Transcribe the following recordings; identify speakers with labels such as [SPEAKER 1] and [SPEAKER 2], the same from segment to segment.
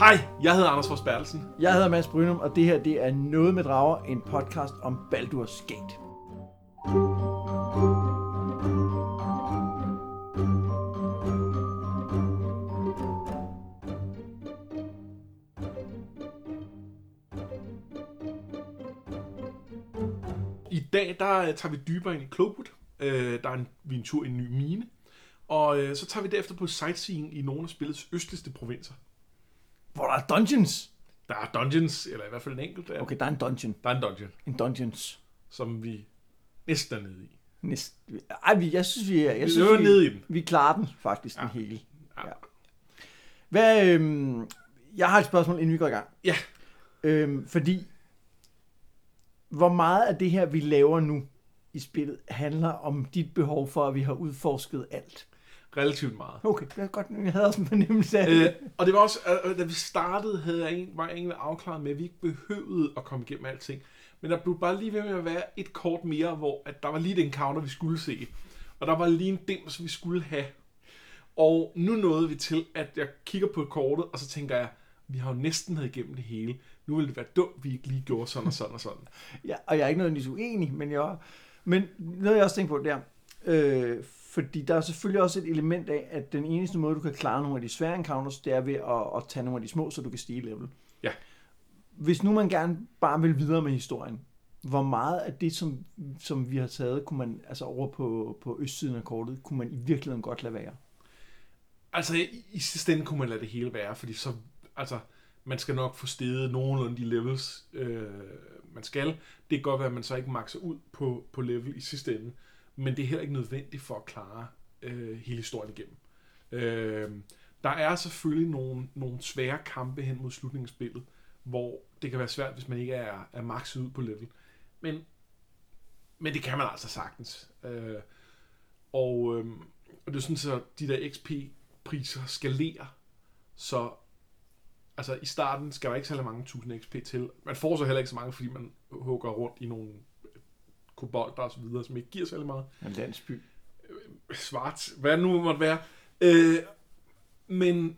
[SPEAKER 1] Hej, jeg hedder Anders Fors Bertelsen.
[SPEAKER 2] Jeg hedder Mads Brynum, og det her det er Noget med Drager, en podcast om Baldur's Gate.
[SPEAKER 1] I dag der tager vi dybere ind i Cloakwood. Der er en tur i en ny mine. Og så tager vi derefter på sightseeing i nogle af spillets østligste provinser.
[SPEAKER 2] Hvor der er dungeons.
[SPEAKER 1] Der er dungeons, eller i hvert fald en enkelt.
[SPEAKER 2] Okay, der er en dungeon.
[SPEAKER 1] Der er en dungeon.
[SPEAKER 2] En dungeons.
[SPEAKER 1] Som vi næsten er nede i.
[SPEAKER 2] Jeg synes, vi er
[SPEAKER 1] nede i den.
[SPEAKER 2] Vi klarer den faktisk, den hele.
[SPEAKER 1] Ja.
[SPEAKER 2] Hvad, jeg har et spørgsmål, inden vi går i gang.
[SPEAKER 1] Ja.
[SPEAKER 2] Fordi, hvor meget af det her, vi laver nu i spillet, handler om dit behov for, at vi har udforsket alt?
[SPEAKER 1] Relativt meget.
[SPEAKER 2] Okay, det er godt. Jeg havde også en fornemmelse af det.
[SPEAKER 1] Og det var også, da vi startede, var jeg egentlig afklaret med, at vi ikke behøvede at komme igennem alting. Men der blev bare lige ved med at være et kort mere, hvor at der var lige et encounter, vi skulle se. Og der var lige en dims, vi skulle have. Og nu nåede vi til, at jeg kigger på kortet, og så tænker jeg, vi har jo næsten været igennem det hele. Nu ville det være dumt, vi ikke lige gjorde sådan og sådan og sådan.
[SPEAKER 2] Ja, og jeg er ikke nødvendigvis uenig, men noget jeg også tænker på, det er, fordi der er selvfølgelig også et element af, at den eneste måde, du kan klare nogle af de svære encounters, det er ved at tage nogle af de små, så du kan stige level.
[SPEAKER 1] Ja.
[SPEAKER 2] Hvis nu man gerne bare vil videre med historien, hvor meget af det, som vi har taget, kunne man, altså over på østsiden af kortet, kunne man i virkeligheden godt lade være?
[SPEAKER 1] Altså, i sidste ende kunne man lade det hele være, fordi så, altså, man skal nok få steget nogenlunde de levels, man skal. Det kan godt være, at man så ikke makser ud på level i sidste ende, men det er heller ikke nødvendigt for at klare hele historien igennem. Der er selvfølgelig nogle svære kampe hen mod slutningen af spillet, hvor det kan være svært, hvis man ikke er makset ud på level. Men det kan man altså sagtens. Og det er sådan, så de der XP-priser skalerer, så altså i starten skal der ikke særlig mange 1000 XP til. Man får så heller ikke så mange, fordi man hugger rundt i nogle kobolder og så videre, som ikke giver særlig meget.
[SPEAKER 2] En landsby.
[SPEAKER 1] Svart. Hvad det nu måtte være. Men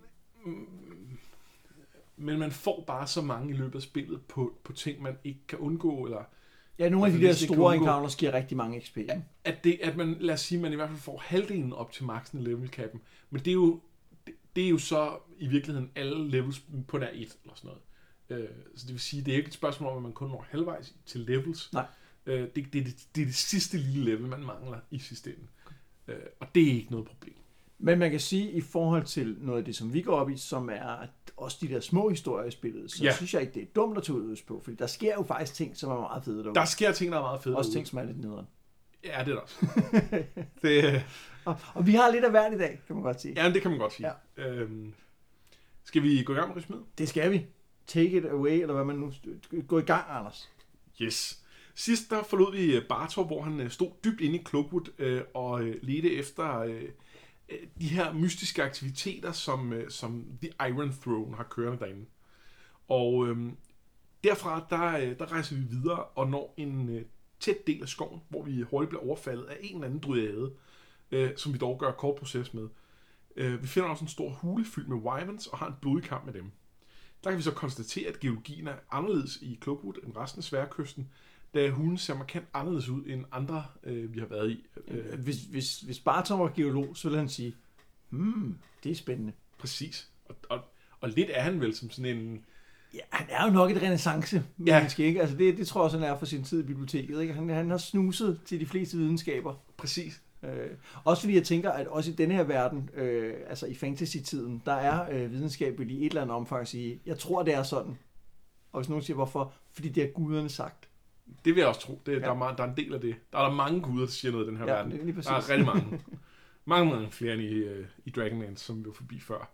[SPEAKER 1] man får bare så mange i løbet af spillet på ting, man ikke kan undgå, eller
[SPEAKER 2] ja, nogle af de der store encounters giver rigtig mange XP.
[SPEAKER 1] At man, lad os sige, man i hvert fald får halvdelen op til maksen i levelcappen. Men det er jo så i virkeligheden alle levels på nær 1 eller sådan noget. Så det vil sige, det er ikke et spørgsmål om, at man kun når halvvejs til levels. Nej. Det er det sidste lille level, man mangler i sidste ende. Og det er ikke noget problem.
[SPEAKER 2] Men man kan sige, i forhold til noget af det, som vi går op i, som er også de der små historier i spillet, så synes jeg ikke, det er dumt at tage ud på, fordi der sker jo faktisk ting, som er meget fede derude.
[SPEAKER 1] Der sker ting, der er meget fede
[SPEAKER 2] også derude. Ting, som er lidt nederen.
[SPEAKER 1] Ja, det er der også.
[SPEAKER 2] og vi har lidt af hvert i dag, kan man godt sige.
[SPEAKER 1] Ja, det kan man godt sige. Ja. Skal vi gå i gang med resumé?
[SPEAKER 2] Det skal vi. Take it away, eller hvad man nu... Gå i gang, Anders.
[SPEAKER 1] Yes. Sidst der forlod vi Bartor, hvor han stod dybt inde i Cloakwood og ledte efter de her mystiske aktiviteter, som The Iron Throne har kørende derinde. Og derfra, der rejser vi videre og når en tæt del af skoven, hvor vi hurtigt bliver overfaldet af en eller anden dryade, som vi dog gør kort proces med. Vi finder også en stor hule fyldt med wyverns og har en blodig kamp med dem. Der kan vi så konstatere, at geologien er anderledes i Cloakwood end resten af Sværkysten, da hulen ser markant anderledes ud end andre, vi har været i.
[SPEAKER 2] Hvis Barton var geolog, så ville han sige, det er spændende.
[SPEAKER 1] Præcis. Og lidt er han vel som sådan en...
[SPEAKER 2] Ja, han er jo nok et renæssance-menneske, ikke? Altså det tror jeg også, han er for sin tid i biblioteket, ikke? Han har snuset til de fleste videnskaber.
[SPEAKER 1] Præcis.
[SPEAKER 2] Også fordi jeg tænker, at også i denne her verden, altså i fantasy-tiden, der er videnskab i et eller andet omfang at sige, jeg tror, det er sådan. Og hvis nogen siger, hvorfor? Fordi det er guderne sagt.
[SPEAKER 1] Det vil jeg også tro. Der er en del af det. Der er mange guder, der siger noget i den her verden. Der er rigtig mange. mange flere end i Dragonlance, som vi var forbi før.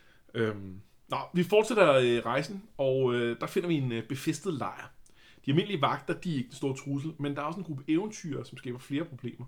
[SPEAKER 1] Vi fortsætter rejsen, og der finder vi en befæstet lejr. De almindelige vagter, de er ikke den store trussel, men der er også en gruppe eventyrer, som skaber flere problemer.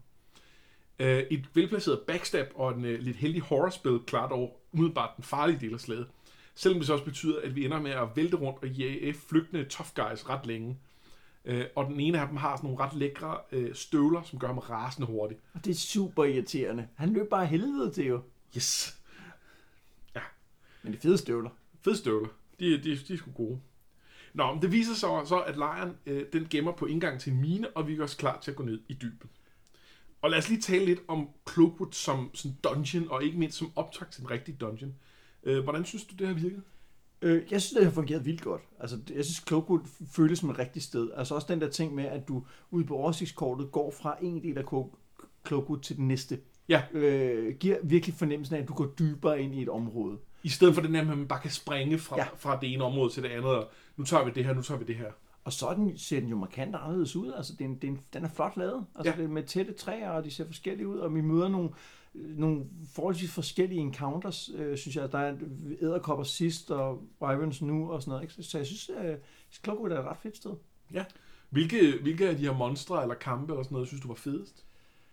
[SPEAKER 1] Et velplaceret backstab og en lidt heldig horrorspil klarer dog umiddelbart den farlige del af slaget. Selvom det så også betyder, at vi ender med at vælte rundt og jage flygtende tough guys ret længe. Og den ene af dem har sådan nogle ret lækre støvler, som gør ham rasende hurtigt.
[SPEAKER 2] Og det er super irriterende. Han løb bare helvede til jo.
[SPEAKER 1] Yes. Ja.
[SPEAKER 2] Men det er fede støvler.
[SPEAKER 1] Fede støvler. De er sgu gode. Nå, men det viser sig så, at lejren den gemmer på indgang til en mine, og vi er også klar til at gå ned i dybet. Og lad os lige tale lidt om Cloakwood som sådan dungeon, og ikke mindst som optakt til en rigtig dungeon. Hvordan synes du, det har virket?
[SPEAKER 2] Jeg synes, det har fungeret vildt godt. Altså, jeg synes, Cloakwood føles som et rigtigt sted. Altså også den der ting med, at du ude på oversigtskortet går fra en del af Cloakwood til den næste.
[SPEAKER 1] Ja.
[SPEAKER 2] Giver virkelig fornemmelsen af, at du går dybere ind i et område.
[SPEAKER 1] I stedet for den her, at man bare kan springe fra det ene område til det andet, og nu tager vi det her, nu tager vi det her.
[SPEAKER 2] Og så ser den jo markant anderledes ud. Altså, den er flot lavet. Altså, det er med tætte træer, og de ser forskellige ud, og vi møder nogle forholdsvis forskellige encounters, synes jeg. Der er edderkopper sidst, og wyverns nu, og sådan noget. Ikke? Så jeg synes, Cloakwood er et ret fedt sted. Ja.
[SPEAKER 1] Hvilke af de her monstre eller kampe eller sådan noget, synes du var fedest?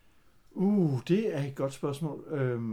[SPEAKER 2] Det er et godt spørgsmål.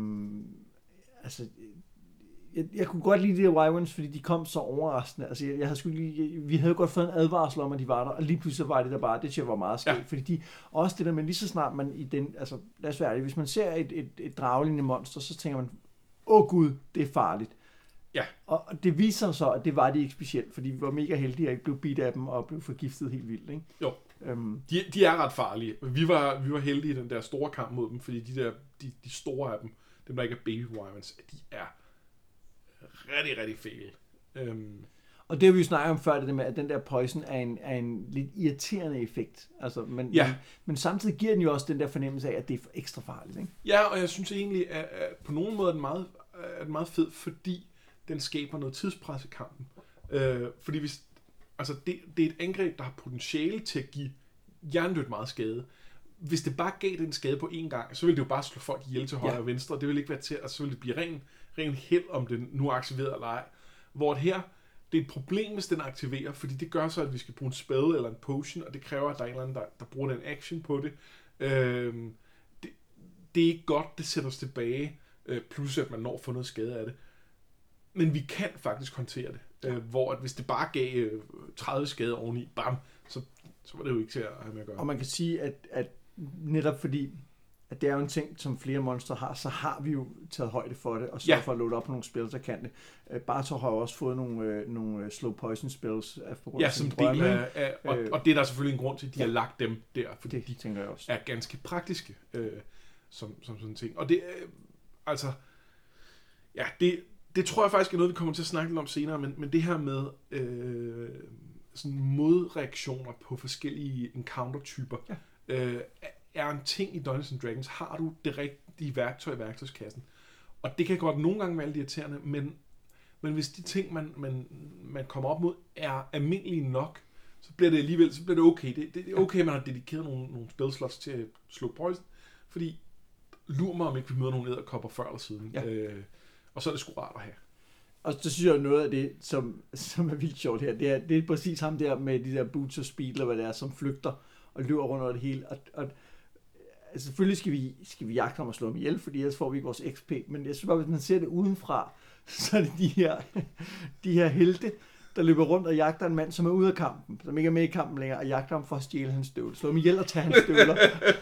[SPEAKER 2] Altså, jeg kunne godt lide de der wyverns, fordi de kom så overraskende. Altså, vi havde godt fået en advarsel om, at de var der, og lige pludselig var det der bare, det synes jeg var meget skægt. Ja. Fordi også det der med, lige så snart man i den, altså lad os være ærlig, hvis man ser et dragelignende monster, så tænker man, gud, det er farligt.
[SPEAKER 1] Ja.
[SPEAKER 2] Og det viser sig så, at det var de ikke specielt, fordi vi var mega heldige at ikke blev bidt af dem og blev forgiftet helt vildt, ikke?
[SPEAKER 1] Jo. De er ret farlige. Vi var heldige i den der store kamp mod dem, fordi de store af dem, dem der ikke er baby wyverns, de er rigtig, rigtig fæle.
[SPEAKER 2] Og det har vi jo snakket om før, det med, at den der poison er en lidt irriterende effekt. Altså, men samtidig giver den jo også den der fornemmelse af, at det er ekstra farligt, ikke?
[SPEAKER 1] Ja, og jeg synes egentlig, at på nogen måde er den meget fed, fordi den skaber noget tidspres i kampen. Fordi det er et angreb, der har potentiale til at give hjernedødt meget skade. Hvis det bare gav den skade på én gang, så ville det jo bare slå folk ihjel til højre og venstre, og det ville ikke være til, at så ville det blive ren held, om den nu er aktiveret eller ej. Hvor her, det er et problem, hvis den aktiverer, fordi det gør så, at vi skal bruge en spell eller en potion, og det kræver, at der er en eller anden, der bruger den action på det. Det er ikke godt, det sætter os tilbage, plus at man når at få noget skade af det. Men vi kan faktisk håndtere det. Hvor at hvis det bare gav 30 skade oveni, bam, så var det jo ikke til at have med at gøre.
[SPEAKER 2] Og man kan sige, at netop fordi, at det er jo en ting, som flere monstre har, så har vi jo taget højde for det, og så for at loade op på nogle spil, der kan det. Bartor har jo også fået nogle slow poison spills på grund af
[SPEAKER 1] som del af og det er der selvfølgelig en grund til, at de har lagt dem der, fordi
[SPEAKER 2] det tænker jeg også
[SPEAKER 1] er ganske praktiske som sådan en ting. Og det altså, ja, det tror jeg faktisk er noget, vi kommer til at snakke lidt om senere, men det her med sådan modreaktioner på forskellige encounter-typer, er en ting i Dungeons & Dragons. Har du det rigtige værktøj i værktøjskassen? Og det kan godt nogle gange være lidt irriterende, men hvis de ting, man kommer op mod, er almindelige nok, så bliver det alligevel okay. Det er okay, man har dedikeret nogle spellslots til at slå poison, fordi lurer mig, om ikke vi møder nogle edderkopper før eller siden. Ja. Og så er det sgu rart at have.
[SPEAKER 2] Og så synes jeg, noget af det, som er vildt sjovt her, det er præcis ham der med de der boots og speed, eller hvad det er, som flygter og løber rundt over det hele. Og altså, selvfølgelig skal vi jagte ham og slå ham ihjel, fordi ellers får vi ikke vores XP. Men jeg synes bare, hvis man ser det udenfra, så er det de her helte, der løber rundt og jagter en mand, som er ude af kampen, som ikke er med i kampen længere, og jagter ham for at stjæle hans støvler. Slå ham ihjel og tage hans støvler.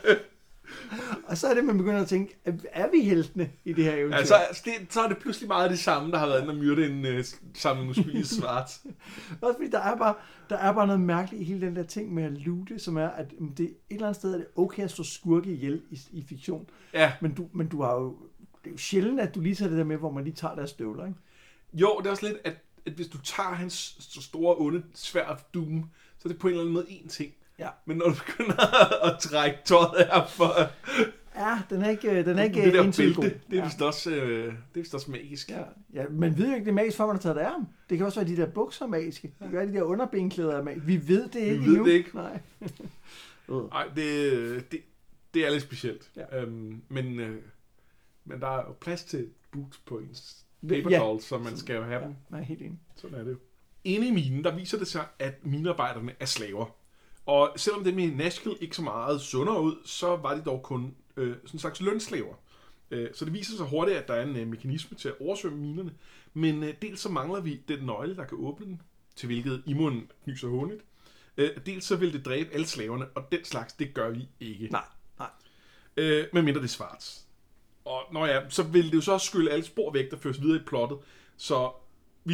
[SPEAKER 2] Og så er det, man begynder at tænke, er vi heltene i det her eventyr?
[SPEAKER 1] Altså, så er det pludselig meget det samme, der har været inde og myrde en samling uskyldige svart.
[SPEAKER 2] Også fordi der er bare noget mærkeligt i hele den der ting med at loote, som er, at det et eller andet sted er det okay at slå skurke ihjel i fiktion.
[SPEAKER 1] Ja.
[SPEAKER 2] Men du har jo, det er jo sjældent, at du lige tager det der med, hvor man lige tager deres støvler, ikke?
[SPEAKER 1] Jo, det er også lidt, at hvis du tager hans store onde sværd Doom, så er det på en eller anden måde én ting.
[SPEAKER 2] Ja.
[SPEAKER 1] Men når du begynder at trække tøjet af for...
[SPEAKER 2] Ja, den er ikke
[SPEAKER 1] det der
[SPEAKER 2] entydigt god.
[SPEAKER 1] Det er vist også magisk.
[SPEAKER 2] Ja, man ved jo ikke, det er magisk, før man har taget det af ham. Det kan også være, de der bukser er magiske. Det kan være, de der underbenklæder er magiske. Vi ved det ikke endnu.
[SPEAKER 1] Det ikke.
[SPEAKER 2] Nej.
[SPEAKER 1] Nej, det er lidt specielt. Ja. Men der er jo plads til boots på ens paper dolls, så man skal jo have dem.
[SPEAKER 2] Nej, helt enig.
[SPEAKER 1] Sådan er det jo. Inde i minen, der viser det sig, at minearbejderne er slaver. Og selvom dem i Nashkel ikke så meget sundere ud, så var de dog kun sådan en slags lønslaver. Så det viser sig hurtigt, at der er en mekanisme til at oversvømme minerne. Men dels så mangler vi den nøgle, der kan åbne den, til hvilket Imon knyser hånligt. Dels så vil det dræbe alle slaverne, og den slags, det gør vi ikke.
[SPEAKER 2] Nej.
[SPEAKER 1] Medmindre det er svart. Og så vil det jo så skylle alle spor væk, der føres videre i plottet. Så vi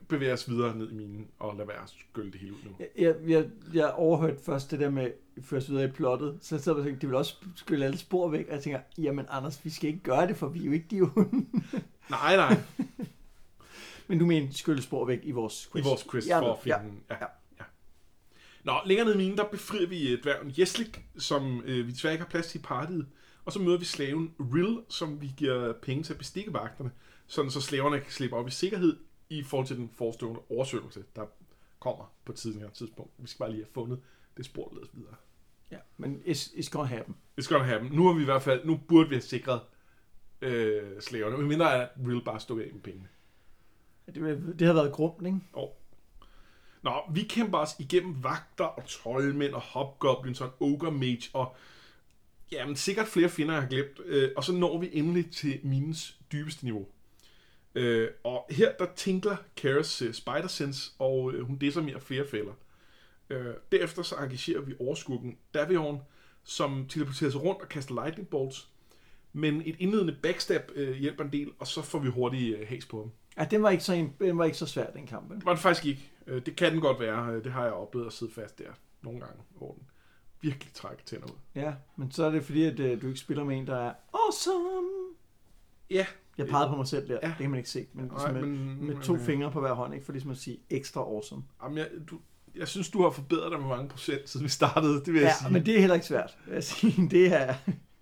[SPEAKER 1] bevæge os videre ned i minen og lade være at skylle det hele ud nu.
[SPEAKER 2] Jeg overhørte først det der med først videre i plottet, så jeg tænkte, det vil også skylle alle spor væk, og jeg tænker, jamen Anders, vi skal ikke gøre det, for vi er jo ikke de onde.
[SPEAKER 1] Nej.
[SPEAKER 2] Men du mener skylle spor væk i vores quest?
[SPEAKER 1] I vores quest for at finde den. Ja. Nå, længere ned i minen, der befrier vi dværgen Jeslik, som vi desværre ikke har plads til i partiet. Og så møder vi slaven Rill, som vi giver penge til at bestikke vagterne, sådan så slaverne kan slippe op i sikkerhed i forhold til den forestående oversvømmelse, der kommer på et tidspunkt. Vi skal bare lige have fundet det spor, der leder videre.
[SPEAKER 2] Ja, men it's gonna happen.
[SPEAKER 1] It's gonna happen. Nu har vi i hvert fald, nu burde vi have sikret slaverne, medmindre at Rill bare stod af med pengene.
[SPEAKER 2] Det har været grumt, ikke?
[SPEAKER 1] Nå, vi kæmper os igennem vagter og troldmænd og hobgoblins og en ogre mage og jamen sikkert flere fjender, jeg har glemt. Og så når vi endelig til minens dybeste niveau. Og her der tinkler Karas spider sense, og hun desarmerer flere fælder. Derefter så engagerer vi overskurken Davion, som teleporterer sig rundt og kaster lightning bolts. Men et indledende backstab hjælper en del, og så får vi hurtigt has på ham.
[SPEAKER 2] Ja, den var ikke så svær, den kamp.
[SPEAKER 1] Det var det faktisk ikke. Det kan den godt være. Det har jeg oplevet at sidde fast der nogle gange, hvor den virkelig trækker tænder ud.
[SPEAKER 2] Ja, men så er det fordi, at du ikke spiller med en, der er awesome.
[SPEAKER 1] Ja.
[SPEAKER 2] Jeg pegede på mig selv der. Ja. Det kan man ikke se. Men, med 2 fingre på hver hånd, ikke? For ligesom at sige ekstra awesome.
[SPEAKER 1] Jamen, jeg synes, du har forbedret dig med mange procent, siden vi startede. Det vil jeg sige.
[SPEAKER 2] Ja, men det er heller ikke svært. Jeg sige, det er...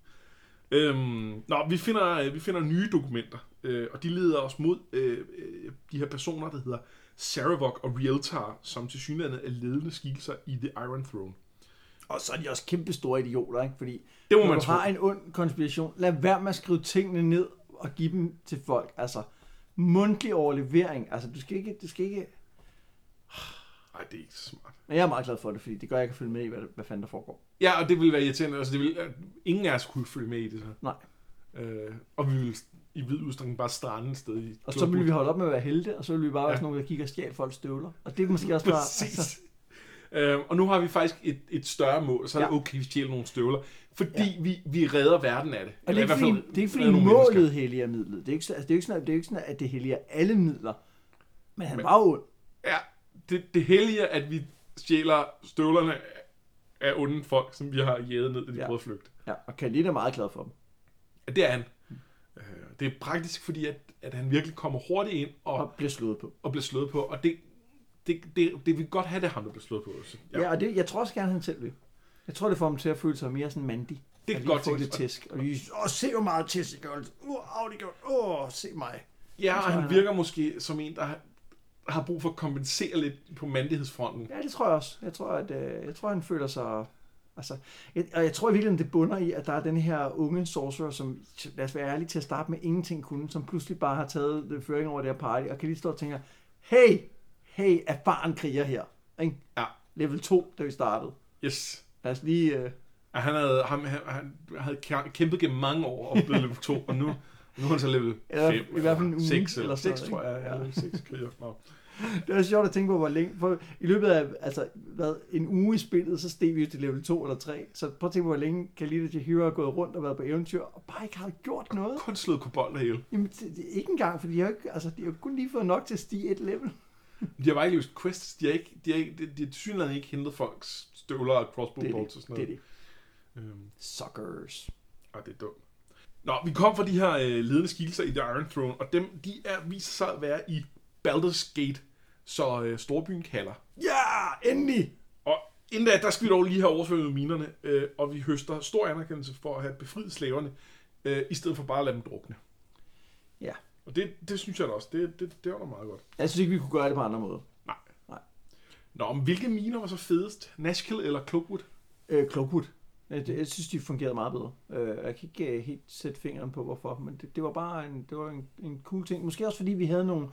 [SPEAKER 1] vi finder nye dokumenter, og de leder os mod de her personer, der hedder Saravok og Rieltar, som til synligheden er ledende skikkelser i The Iron Throne.
[SPEAKER 2] Og så er de også kæmpe store idioter, ikke? Fordi
[SPEAKER 1] det må
[SPEAKER 2] når
[SPEAKER 1] man
[SPEAKER 2] du har en ond konspiration, lad være med at skrive tingene ned og give dem til folk. Altså, mundtlig overlevering. Altså, du skal ikke...
[SPEAKER 1] Nej, det er ikke så smart.
[SPEAKER 2] Men jeg er meget glad for det, fordi det gør, at jeg kan følge med i, hvad fanden der foregår.
[SPEAKER 1] Ja, og det vil være irriterende. Altså, ingen af os kunne følge med i det så.
[SPEAKER 2] Nej.
[SPEAKER 1] Og vi vil i vid udstrækning bare strande et sted i.
[SPEAKER 2] Og så vil vi holde op med at være helte, og så vil vi bare være sådan nogle, der kigger og stjæler folks støvler. Og det er måske også bare...
[SPEAKER 1] Præcis. Og nu har vi faktisk et større mål, så er det okay, vi stjæler nogle støvler. Fordi vi redder verden af det.
[SPEAKER 2] Og det er ikke fordi målet helliger midlet. Det er jo ikke sådan, at det helliger alle midler. Men han var ond.
[SPEAKER 1] Ja, det helliger, at vi stjæler støvlerne af onde folk, som vi har jæget ned, da de prøvede at flygte.
[SPEAKER 2] Ja, og Khalid er meget glad for dem.
[SPEAKER 1] Ja, det er han. Det er praktisk, fordi at han virkelig kommer hurtigt ind
[SPEAKER 2] og bliver slået på.
[SPEAKER 1] Og det vil godt have det, ham der bliver slået på. Så,
[SPEAKER 2] ja, og det, jeg tror også gerne, han selv vil. Jeg tror, det får ham til at føle sig mere sådan mandig.
[SPEAKER 1] Det kan godt
[SPEAKER 2] få det tæsk. Og lige, se hvor meget tæsk jeg gør. Det gør. Se mig.
[SPEAKER 1] Ja, og han virker måske som en, der har brug for at kompensere lidt på mandighedsfronten.
[SPEAKER 2] Ja, det tror jeg også. Jeg tror, han føler sig... Altså, jeg tror i virkeligheden, det bunder i, at der er den her unge sorcerer, som, lad os være ærlige, til at starte med ingenting kunne, som pludselig bare har taget føring over det her party, og kan lige stå og tænke, hey, erfaren kriger her. Ikke?
[SPEAKER 1] Ja.
[SPEAKER 2] Level 2, da vi startede.
[SPEAKER 1] Yes.
[SPEAKER 2] Lad os lige...
[SPEAKER 1] Han havde kæmpet gennem mange år og blevet level 2, og nu er han så level 5,
[SPEAKER 2] i hvert fald
[SPEAKER 1] 6 eller 6, tror jeg. Ja. 6 kriger. No.
[SPEAKER 2] Det er sjovt at tænke på, hvor længe... For i løbet af en uge i spillet, så steg vi jo til level 2 eller 3. Så prøv at tænke på, hvor længe Khalid og Jaheira har gået rundt og været på eventyr, og bare ikke har gjort noget.
[SPEAKER 1] Kun slået kobolder ihjel.
[SPEAKER 2] Jamen, ikke engang, for de har jo kun lige fået nok til at stige et level.
[SPEAKER 1] De har bare ikke løst quests. De har tilsyneladende ikke hentet folks støvler og crossbow bolts og sådan noget.
[SPEAKER 2] Det er det. Suckers.
[SPEAKER 1] Og det er dumt. Nå, vi kom fra de her ledende skikkelser i The Iron Throne, og viser sig at være i Baldur's Gate, så storbyen kalder.
[SPEAKER 2] Ja, endelig!
[SPEAKER 1] Og inden da, der skal vi dog lige have oversvømmet minerne, og vi høster stor anerkendelse for at have befriet slaverne, i stedet for bare at lade dem drukne.
[SPEAKER 2] Ja.
[SPEAKER 1] Og det synes jeg da også, det var da meget godt.
[SPEAKER 2] Jeg synes ikke, vi kunne gøre det på andre måder.
[SPEAKER 1] Nej. Nå, men hvilke miner var så fedest? Nashkel eller Cloakwood?
[SPEAKER 2] Cloakwood. Jeg synes, de fungerede meget bedre. Jeg kan ikke helt sætte fingeren på, hvorfor, men det var bare en cool ting. Måske også, fordi vi havde nogle...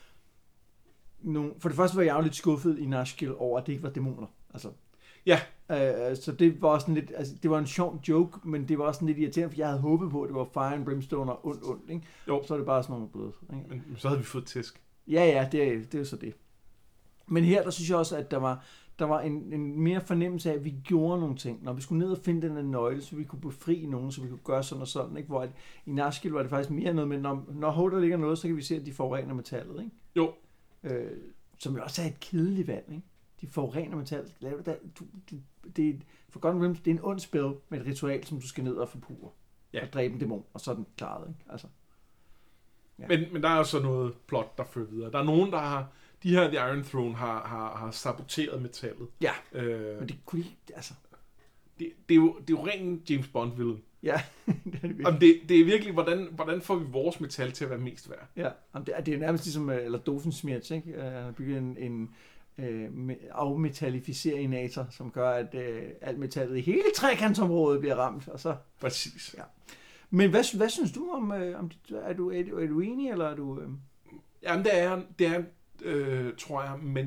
[SPEAKER 2] For det første var jeg jo lidt skuffet i Nashkel over, at det ikke var dæmoner. Altså,
[SPEAKER 1] ja.
[SPEAKER 2] Så det var sådan lidt... Altså, det var en sjov joke, men det var også sådan lidt irriterende, for jeg havde håbet på, at det var Fire and Brimstone og ondt, ikke?
[SPEAKER 1] Jo.
[SPEAKER 2] Så er det bare sådan nogle blød.
[SPEAKER 1] Men så havde vi fået tæsk.
[SPEAKER 2] Ja, det er jo så det. Men her, der synes jeg også, at der var en mere fornemmelse af, at vi gjorde nogle ting. Når vi skulle ned og finde den her nøgle, så vi kunne befri nogen, så vi kunne gøre sådan og sådan. Ikke? Hvor i Nashkel var det faktisk mere noget med, når der ligger noget, så kan vi se, at de forurener metallet. Ikke?
[SPEAKER 1] Jo.
[SPEAKER 2] Som jo også er et kedeligt valg, ikke? De forurener metal. Forgotten Realms, det er en ond spil med et ritual, som du skal ned og forpure.
[SPEAKER 1] Ja.
[SPEAKER 2] Og dræbe en dæmon, og så er den klaret, ikke? Altså.
[SPEAKER 1] Ja. Men der er jo så noget plot, der fører videre. Der er nogen, der har... De her The Iron Throne har saboteret metallet.
[SPEAKER 2] Ja, men det kunne ikke... Altså.
[SPEAKER 1] Det er jo ren James Bond-villain.
[SPEAKER 2] Ja, det er det virkelig.
[SPEAKER 1] Det er virkelig, hvordan får vi vores metal til at være mest værd?
[SPEAKER 2] Ja, det er nærmest ligesom, eller Doofenshmirtz, ikke? Han har bygget en afmetallificerinator, som gør, at alt metallet i hele trekantsområdet bliver ramt. Og så...
[SPEAKER 1] Præcis.
[SPEAKER 2] Ja. Men hvad synes du om er du enig, eller er du...
[SPEAKER 1] Jamen, det er tror jeg, men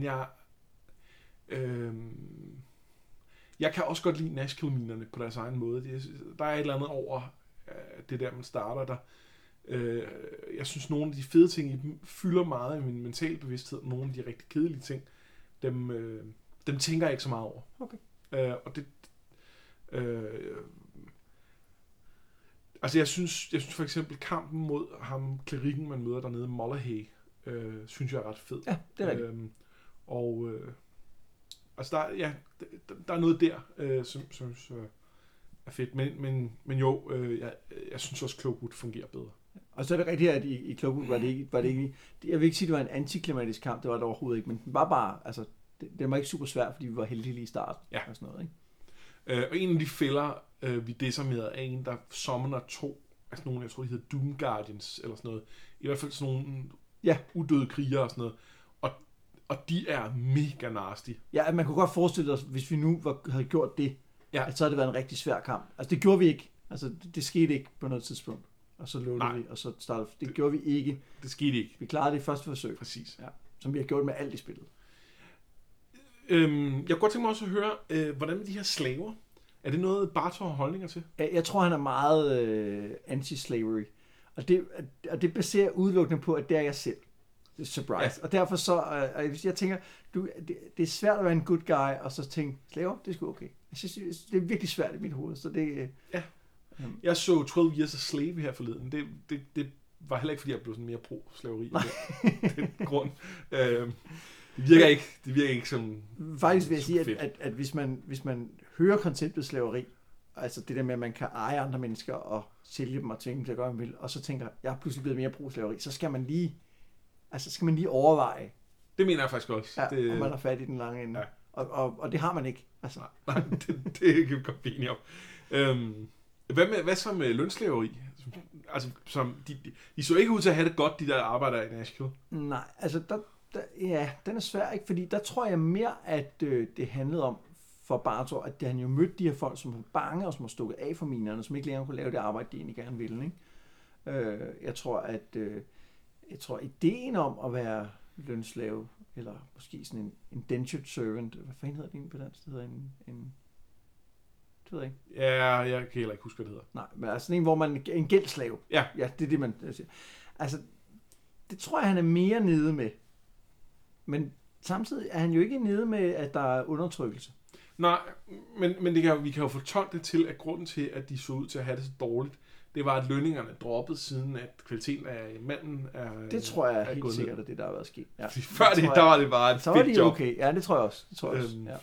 [SPEAKER 1] jeg kan også godt lide Nashkill-minerne på deres egen måde. Der er et eller andet over det der, man starter der. Jeg synes, nogle af de fede ting i dem fylder meget i min mentale bevidsthed. Nogle af de rigtig kedelige ting, dem tænker jeg ikke så meget over.
[SPEAKER 2] Okay.
[SPEAKER 1] Og det... altså, jeg synes for eksempel kampen mod ham, klerikken, man møder dernede, Mollerhay, synes jeg er ret fed.
[SPEAKER 2] Ja, det er rigtigt.
[SPEAKER 1] Altså, der er noget der, som er fedt. Men jo, jeg synes også, Cloakwood fungerer bedre.
[SPEAKER 2] Og så er det rigtigt, at i Cloakwood var det ikke... Jeg vil ikke sige, at det var en antiklimatisk kamp, det var det overhovedet ikke, men den var bare... Altså, det var ikke super svært, fordi vi var heldige lige i starten.
[SPEAKER 1] Ja.
[SPEAKER 2] Og sådan noget, ikke?
[SPEAKER 1] Og en af de fælder, vi desarmerede, er en, der summoner 2, altså nogle, jeg tror, de hedder Doom Guardians, eller sådan noget. I hvert fald sådan nogle udøde krigere og sådan noget. Og de er mega nasty.
[SPEAKER 2] Ja, man kunne godt forestille os, hvis vi nu havde gjort det, at så havde det været en rigtig svær kamp. Altså, det gjorde vi ikke. Altså, det skete ikke på noget tidspunkt. Og så lånede vi, og så startede... Det gjorde vi ikke.
[SPEAKER 1] Det skete ikke.
[SPEAKER 2] Vi klarede det i første forsøg.
[SPEAKER 1] Præcis.
[SPEAKER 2] Ja, som vi har gjort med alt i spillet.
[SPEAKER 1] Jeg kunne godt tænke mig også at høre, hvordan med de her slaver? Er det noget, Bartor har holdninger til?
[SPEAKER 2] Jeg tror, han er meget anti-slavery. Og det baserer udelukkende på, at det er jeg selv. Surprise. Ja. Og derfor så, jeg tænker, det er svært at være en good guy, og så tænke, slaver, det er sgu okay. Jeg synes, det er virkelig svært i mit hoved, så det...
[SPEAKER 1] Ja. Jeg så 12 Years a Slave her forleden. Det var heller ikke, fordi jeg blev sådan mere pro-slaveri. Den grund. Det virker ikke som...
[SPEAKER 2] Faktisk vil jeg sige, at hvis man hører konceptet slaveri, altså det der med, at man kan eje andre mennesker og sælge dem og tvinge dem til at gøre, hvad man vil, og så tænker, jeg er pludselig blevet mere pro-slaveri, så skal man lige overveje.
[SPEAKER 1] Det mener jeg faktisk også.
[SPEAKER 2] Ja, og man er fat i den lange ende. Ja. Og det har man ikke. Altså.
[SPEAKER 1] Nej, det kan vi godt blive enige om. Hvad så med lønslaveri? Altså, de så ikke ud til at have det godt, de der arbejder i Nashkill.
[SPEAKER 2] Nej, altså, den er svær, ikke? Fordi der tror jeg mere, at det handlede om for Bartor, at han jo mødte de her folk, som var bange og som var stukket af fra minerne, som ikke længere kunne lave det arbejde, de egentlig gerne ville. Ikke? Jeg tror, ideen om at være lønslave, eller måske sådan en indentured servant, hvad fanden hedder det egentlig på dansk? Det hedder en det ved jeg ikke.
[SPEAKER 1] Ja, jeg kan heller ikke huske, hvad det hedder.
[SPEAKER 2] Nej, men altså sådan en, hvor man en gældslave.
[SPEAKER 1] Ja.
[SPEAKER 2] Ja, det er det, man siger. Altså, det tror jeg, han er mere nede med. Men samtidig er han jo ikke nede med, at der er undertrykkelse.
[SPEAKER 1] Nej, men vi kan jo fortolke det til, at grunden til, at de så ud til at have det så dårligt, det var, at lønningerne droppede, siden at kvaliteten af manden er...
[SPEAKER 2] Det tror jeg er helt sikkert, at det der har været sket. Ja.
[SPEAKER 1] Før det, der var det bare et
[SPEAKER 2] så
[SPEAKER 1] fedt
[SPEAKER 2] var de
[SPEAKER 1] job.
[SPEAKER 2] Okay. Ja, det tror jeg også. Ja.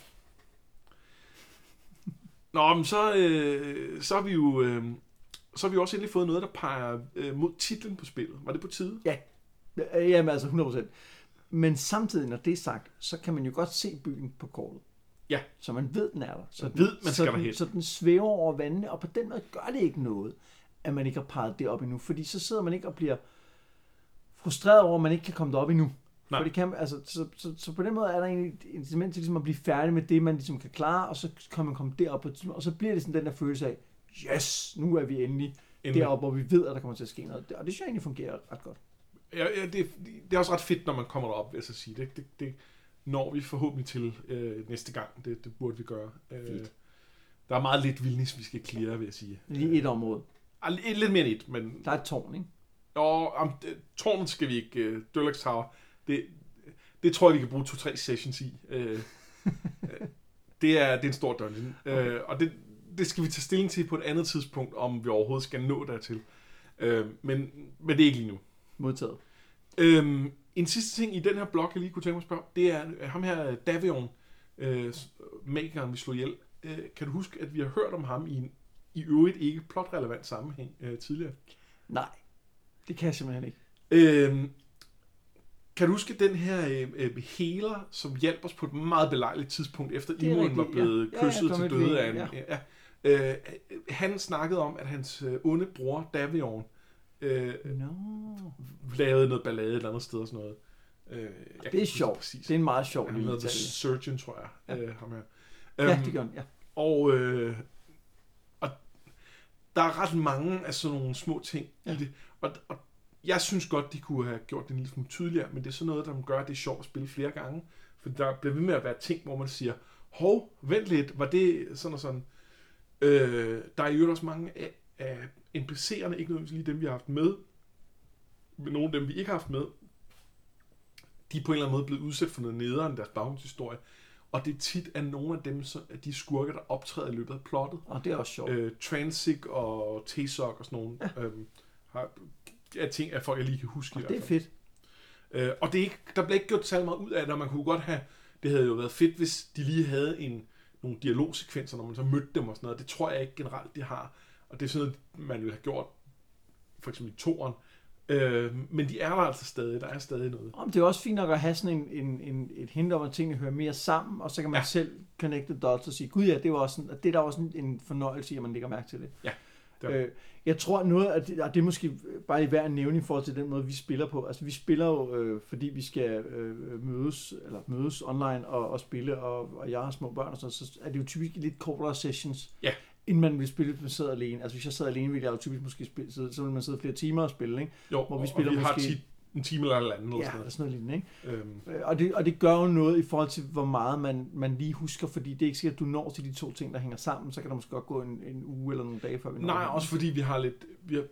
[SPEAKER 1] Nå, men så har vi jo så har vi også endelig fået noget, der peger mod titlen på spillet. Var det på tide?
[SPEAKER 2] Ja. Jamen altså 100%. Men samtidig, når det er sagt, så kan man jo godt se byen på kortet.
[SPEAKER 1] Ja.
[SPEAKER 2] Så man ved, den er der. Så
[SPEAKER 1] man skal derhen.
[SPEAKER 2] Så den svæver over vandene, og på den måde gør det ikke noget, at man ikke har peget det op endnu. Fordi så sidder man ikke og bliver frustreret over, at man ikke kan komme derop endnu. Nej. For det kan, altså, så på den måde er der egentlig et incitament til ligesom at blive færdig med det, man ligesom kan klare, og så kan man komme derop, og så bliver det sådan den der følelse af, yes, nu er vi endelig deroppe, hvor vi ved, at der kommer til at ske noget. Og det synes jeg egentlig fungerer ret godt.
[SPEAKER 1] Ja, det er også ret fedt, når man kommer derop, vil jeg så sige. Det når vi forhåbentlig til næste gang. Det burde vi gøre. Der er meget lidt vildnis, vi skal cleare, vil jeg sige.
[SPEAKER 2] Lige et område.
[SPEAKER 1] Lidt mere end et, men...
[SPEAKER 2] Der er et tårn, ikke?
[SPEAKER 1] Jo, tårnet skal vi ikke... Durlax Tower, det tror jeg, vi kan bruge 2-3 sessions i. Det er en stor dungeon. Okay. Og det skal vi tage stilling til på et andet tidspunkt, om vi overhovedet skal nå dertil. Men det er ikke lige nu.
[SPEAKER 2] Modtaget.
[SPEAKER 1] En sidste ting i den her blog, jeg lige kunne tænke mig at spørge, det er ham her, Davion, magikeren, vi slog ihjel. Kan du huske, at vi har hørt om ham i øvrigt ikke plotrelevant sammenhæng tidligere?
[SPEAKER 2] Nej, det kan jeg simpelthen ikke.
[SPEAKER 1] Kan du huske den her healer, som hjalp os på et meget belejligt tidspunkt, efter Imoen var blevet kysset til døde af en... Han snakkede om, at hans onde bror, Davion, lavede noget ballade et eller andet sted og sådan noget.
[SPEAKER 2] Det er sjovt. Det er en meget sjov lille detalje.
[SPEAKER 1] The Surgeon, tror jeg. Ham her.
[SPEAKER 2] Ja, det gør han, ja.
[SPEAKER 1] Og der er ret mange af sådan nogle små ting i det. Og jeg synes godt, de kunne have gjort det en lille smule tydeligere, men det er sådan noget, der gør, at det er sjovt at spille flere gange. For der bliver ved med at være ting, hvor man siger, hov, vent lidt, var det sådan og sådan. Der er jo også mange af NPC'erne, ikke nødvendigvis lige dem, vi har haft med, men nogle af dem, vi ikke har haft med, de er på en eller anden måde blevet udsat for noget nederen i deres baggrundshistorie. Og det er tit af nogle af dem, de skurker, der optræder i løbet af plottet.
[SPEAKER 2] Og det er også sjovt.
[SPEAKER 1] Transig og T-Sock og sådan nogle ting af folk, jeg lige kan huske.
[SPEAKER 2] Og det er fedt.
[SPEAKER 1] Og det er ikke, der bliver ikke gjort særlig meget ud af det, og man kunne godt have, det havde jo været fedt, hvis de lige havde nogle dialogsekvenser, når man så mødte dem og sådan noget. Det tror jeg ikke generelt, de har. Og det er sådan noget, man ville have gjort, for eksempel i toren. Men de er der altså stadig. Der er stadig noget.
[SPEAKER 2] Det er også fint nok at have sådan et hint om, at tingene hører mere sammen, og så kan man selv connecte dots og sige, gud ja, det var også sådan, og det er der også en fornøjelse i, at man lægger mærke til det.
[SPEAKER 1] Ja.
[SPEAKER 2] Jeg tror noget, at det er måske bare værd at nævne i forhold til den måde, vi spiller på. Altså vi spiller jo, fordi vi skal mødes online og spille, og jeg har små børn og sådan, så er det jo typisk lidt kortere sessions.
[SPEAKER 1] Ja.
[SPEAKER 2] Inden man vil spille, hvis man sidder alene. Altså hvis jeg sad alene, ville jeg jo typisk måske spille, så vil man sidde flere timer og spille, ikke?
[SPEAKER 1] Jo, hvor vi spiller og vi måske har en time eller andet.
[SPEAKER 2] Ja, eller sådan noget lignende, ikke? Og det gør jo noget i forhold til, hvor meget man lige husker, fordi det er ikke sikkert, at du når til de to ting, der hænger sammen, så kan der måske godt gå en uge eller nogle dage, før vi når.
[SPEAKER 1] Nej, også fordi vi har lidt,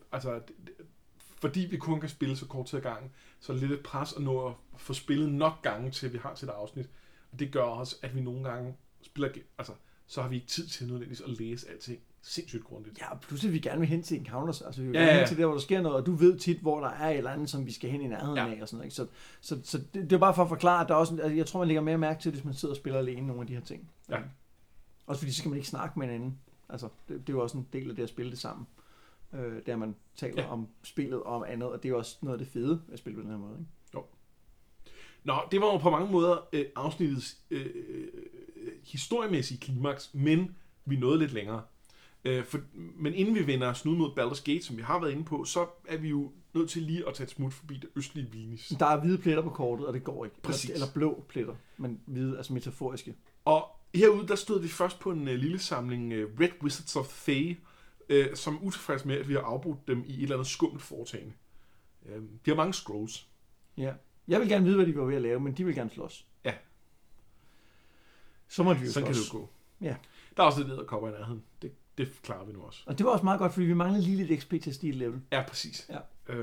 [SPEAKER 1] fordi vi kun kan spille så kort tid ad gangen, så er det lidt et pres at nå at få spillet nok gange til, vi har til et afsnit. Og det gør også, at vi nogle gange spiller, så har vi ikke tid til nødvendigvis at læse alting sindssygt grundigt. Ja,
[SPEAKER 2] pludselig vi gerne vil hen til encounters, altså vi vil gerne hen til der, hvor der sker noget, og du ved tit, hvor der er et eller andet, som vi skal hen i nærheden af, og sådan noget. Så det er bare for at forklare, at der også, jeg tror, man lægger mere mærke til, hvis man sidder og spiller alene nogle af de her ting.
[SPEAKER 1] Ja.
[SPEAKER 2] Også fordi så skal man ikke snakke med hinanden. Altså, det er jo også en del af det at spille det sammen. Der man taler om spillet og om andet, og det er jo også noget af det fede at spille på den her måde, ikke?
[SPEAKER 1] Jo. Nå, det var jo på mange måder afsnittets historiemæssige klimaks, men vi nåede lidt længere. Men inden vi vender os ud mod Baldur's Gate, som vi har været inde på, så er vi jo nødt til lige at tage et smut forbi det østlige Vinis.
[SPEAKER 2] Der er hvide pletter på kortet, og det går ikke.
[SPEAKER 1] Præcis.
[SPEAKER 2] Eller blå pletter, men hvide, altså metaforiske.
[SPEAKER 1] Og herude, der stod vi først på en lille samling Red Wizards of Thay, som er utilfreds med, at vi har afbrudt dem i et eller andet skummelt foretagende. De har mange scrolls.
[SPEAKER 2] Ja. Jeg vil gerne vide, hvad de var ved at lave, men de vil gerne slås.
[SPEAKER 1] Ja.
[SPEAKER 2] Så må de jo slås.
[SPEAKER 1] Sådan kan det jo gå.
[SPEAKER 2] Ja.
[SPEAKER 1] Der er også lidt edderkopper i nærheden. Det klarer vi nu også.
[SPEAKER 2] Og det var også meget godt, fordi vi manglede lige lidt XP til at stige level.
[SPEAKER 1] Ja, præcis.
[SPEAKER 2] Ja.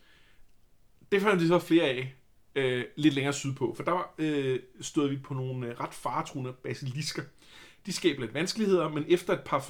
[SPEAKER 1] Det fandt vi så flere af lidt længere sydpå, for der stod vi på nogle ret faretruende basilisker. De skaber lidt vanskeligheder, men efter et par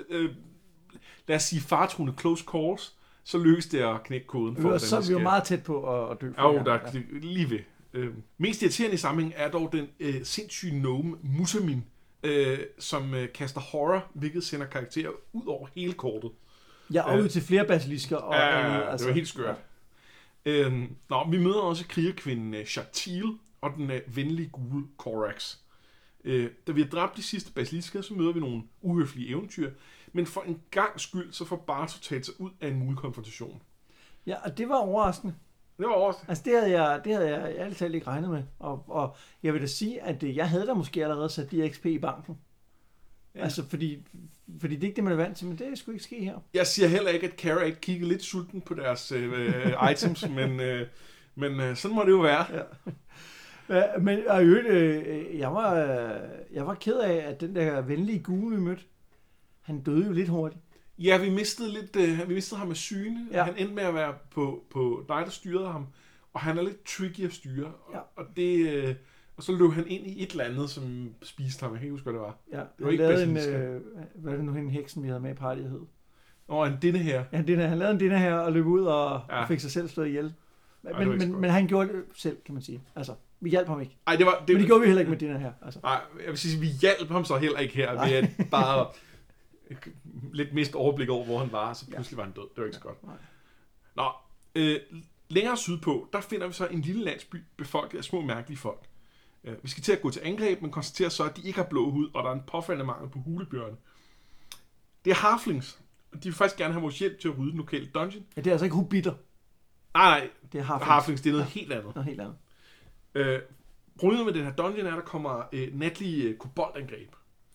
[SPEAKER 1] lad os sige faretruende close calls, så lykkes det at knække koden.
[SPEAKER 2] For så er vi jo meget tæt på at dø.
[SPEAKER 1] Ja, der er lige ved. Mest irriterende i sammenhæng er dog den sindssyge gnome Musamin, som kaster horror, hvilket sender karakterer ud over hele kortet.
[SPEAKER 2] Ja, og ud til flere basilisker. Og
[SPEAKER 1] det var helt skørt. Ja. Vi møder også krigerkvinden Shatil og den venlige gule Korax. Da vi har dræbt de sidste basilisker, så møder vi nogle uhøflige eventyr, men for en gang skyld, så får Barto taget sig ud af en mulig konfrontation.
[SPEAKER 2] Ja, og det var overraskende.
[SPEAKER 1] Det var overraskende.
[SPEAKER 2] Altså, det havde jeg ærligt talt ikke regnet med. Og jeg vil da sige, at jeg havde da måske allerede sat de XP i banken. Ja. Altså, fordi det er ikke det, man er vant til, men det skulle ikke ske her. Jeg siger heller ikke, at Kara ikke kigger lidt sulten på deres items, men sådan må det jo være. Ja. Men i øvrigt, jeg var ked af, at den der venlige gule, vi mødte, han døde jo lidt hurtigt.
[SPEAKER 1] Ja, vi mistede ham med syne. Ja. Han endte med at være på dig, der styrede ham. Og han er lidt tricky at styre. Ja. Og så løb han ind i et eller andet, som spiste ham. Jeg kan ikke huske, hvad det var.
[SPEAKER 2] Ja,
[SPEAKER 1] det var ikke
[SPEAKER 2] hvad er det nu, en heksen, vi havde med i partiet hed?
[SPEAKER 1] En denne her.
[SPEAKER 2] Ja, han lavede en denne her og løb ud og fik sig selv slået ihjel. Men han gjorde det selv, kan man sige. Altså, vi hjalp ham ikke.
[SPEAKER 1] Ej,
[SPEAKER 2] men det gjorde vi heller ikke med den her. Altså.
[SPEAKER 1] Nej, jeg vil sige, vi hjalp ham så heller ikke her. Vi er bare lidt mist overblik over, hvor han var, så pludselig var han død. Det var ikke så godt. Nå, længere sydpå, der finder vi så en lille landsby befolket af små mærkelige folk. Vi skal til at gå til angreb, men konstaterer så, at de ikke har blå hud, og der er en påfaldende mangel på hulebjørne. Det er halflings. De vil faktisk gerne have vores hjælp til at rydde den lokale dungeon.
[SPEAKER 2] Ja, det er altså ikke hobitter.
[SPEAKER 1] Nej,
[SPEAKER 2] det er
[SPEAKER 1] halflings. Det er noget helt andet.
[SPEAKER 2] Noget helt andet.
[SPEAKER 1] Problemet med den her dungeon er, at der kommer natlige koboldangreb.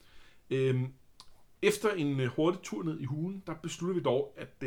[SPEAKER 1] Efter en hurtig tur ned i hulen, der beslutter vi dog, at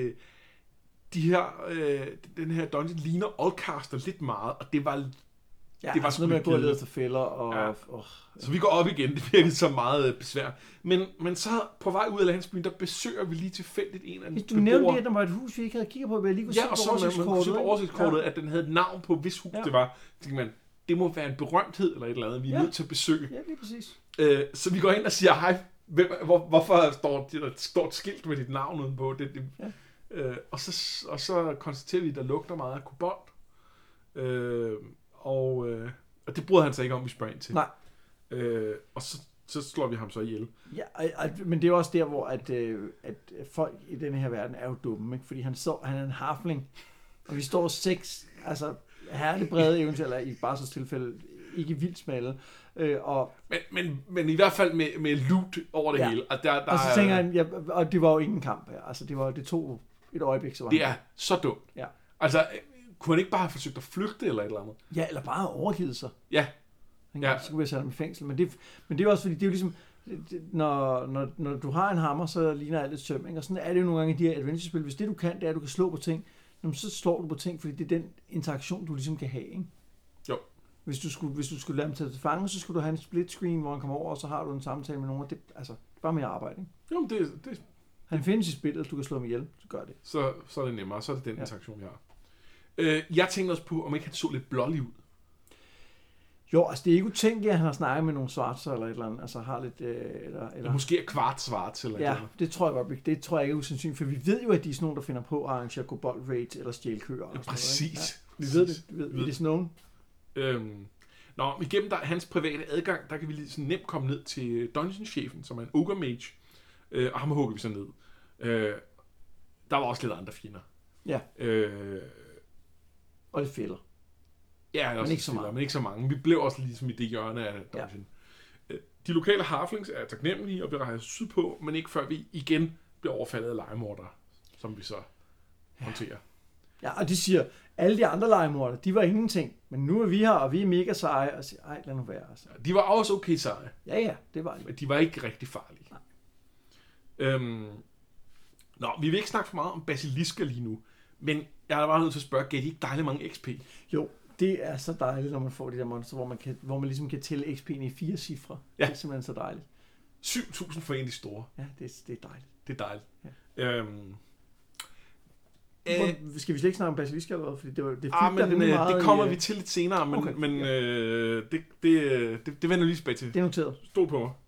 [SPEAKER 1] den her dungeon ligner Oldcaster lidt meget, og det var
[SPEAKER 2] det var sådan noget med at gå og lede efter fælder. Og,
[SPEAKER 1] Så vi går op igen, det virkede så meget besvær. Men så på vej ud af landsbyen, der besøger vi lige tilfældigt en af de
[SPEAKER 2] beboere. Du nævnte lige, at der var et hus, vi ikke havde kigget på, men jeg lige kunne
[SPEAKER 1] se på oversigtskortet, at den havde et navn på, hvis hus det var. Så tænkte man, det må være en berømthed eller et eller andet, vi er nødt til at besøge.
[SPEAKER 2] Ja, lige præcis.
[SPEAKER 1] Så vi går ind og siger, hej, hvorfor står et skilt med dit navn udenpå? Og så konstaterer vi, at der lugter meget af kobold. Og det bryder han sig ikke om, vi spørger ind til.
[SPEAKER 2] Nej.
[SPEAKER 1] Og så slår vi ham så ihjel.
[SPEAKER 2] Ja, men det er også der, hvor at folk i denne her verden er jo dumme, ikke? Fordi han er en halfling, og vi står 6, altså herligt brede eventuelt, i Barsers tilfælde, ikke vildt smalle.
[SPEAKER 1] Men i hvert fald med loot over det hele.
[SPEAKER 2] Og så tænker han, og det var jo ingen kamp her. Altså det tog et øjeblik, så var
[SPEAKER 1] det er så dumt.
[SPEAKER 2] Ja.
[SPEAKER 1] Altså, kunne han ikke bare have forsøgt at flygte eller et eller andet?
[SPEAKER 2] Ja, eller bare overgivet sig.
[SPEAKER 1] Ja.
[SPEAKER 2] Så kunne jeg sætte ham i fængsel. Men det er jo også fordi, det er jo ligesom, når du har en hammer, så ligner alt et søm. Ikke? Og sådan er det jo nogle gange i de her adventure-spil. Hvis det du kan, det er, at du kan slå på ting, så slår du på ting, fordi det er den interaktion, du ligesom kan have. Ikke?
[SPEAKER 1] Jo.
[SPEAKER 2] Hvis du skulle lade ham tage til fange, så skulle du have en split screen, hvor han kommer over, og så har du en samtale med nogen. Det er bare mere arbejde. Ikke?
[SPEAKER 1] Jo, men det
[SPEAKER 2] han findes i spillet, du kan slå ham ihjel, så gør det.
[SPEAKER 1] Så er det nemmere, så er det den interaktion, vi har. Jeg tænkte også på, om ikke han så lidt blålig ud.
[SPEAKER 2] Jo, altså det er ikke utænkeligt, at han har snakket med nogle svartser eller et eller andet, altså har lidt... Eller
[SPEAKER 1] måske er kvart svart eller
[SPEAKER 2] ja, det tror jeg godt, det tror jeg ikke er usandsynligt, for vi ved jo, at de er sådan nogle, der finder på at arrangere kobold raids eller stjæle køer.
[SPEAKER 1] Ja, præcis.
[SPEAKER 2] Ja, vi ved det, det er sådan
[SPEAKER 1] nogen. Igennem hans private adgang, der kan vi lige sådan nemt komme ned til dungeon-chefen, som er en ogre mage, og ham hugger vi så ned. Der var også lidt andre fjender.
[SPEAKER 2] Ja. Og lidt fælder.
[SPEAKER 1] Ja, men ikke så mange. Vi blev også ligesom i det hjørne af dungeon. Ja. De lokale halflings er taknemmelige og bliver rejst sydpå, men ikke før vi igen bliver overfaldet af legemordere, som vi så håndterer.
[SPEAKER 2] Ja, og de siger, alle de andre legemordere, de var ingenting, men nu er vi her, og vi er mega seje, og siger, ej, lad nu være. Altså.
[SPEAKER 1] Ja, de var også okay seje.
[SPEAKER 2] Ja, det var de.
[SPEAKER 1] Men de var ikke rigtig farlige. Vi vil ikke snakke for meget om basilisker lige nu, men jeg er bare nødt til at spørge, gav de ikke dejligt mange XP?
[SPEAKER 2] Jo, det er så dejligt, når man får de der monster, hvor man ligesom kan tælle XP'en i 4 cifre. Ja. Det er simpelthen så dejligt.
[SPEAKER 1] 7.000 for en af de store.
[SPEAKER 2] Ja, det er dejligt.
[SPEAKER 1] Det er dejligt.
[SPEAKER 2] Ja. Skal vi slet ikke snakke om basilisker eller hvad? Fordi
[SPEAKER 1] det kommer vi til lidt senere, men det vender lige tilbage til.
[SPEAKER 2] Det er noteret.
[SPEAKER 1] Stol på mig.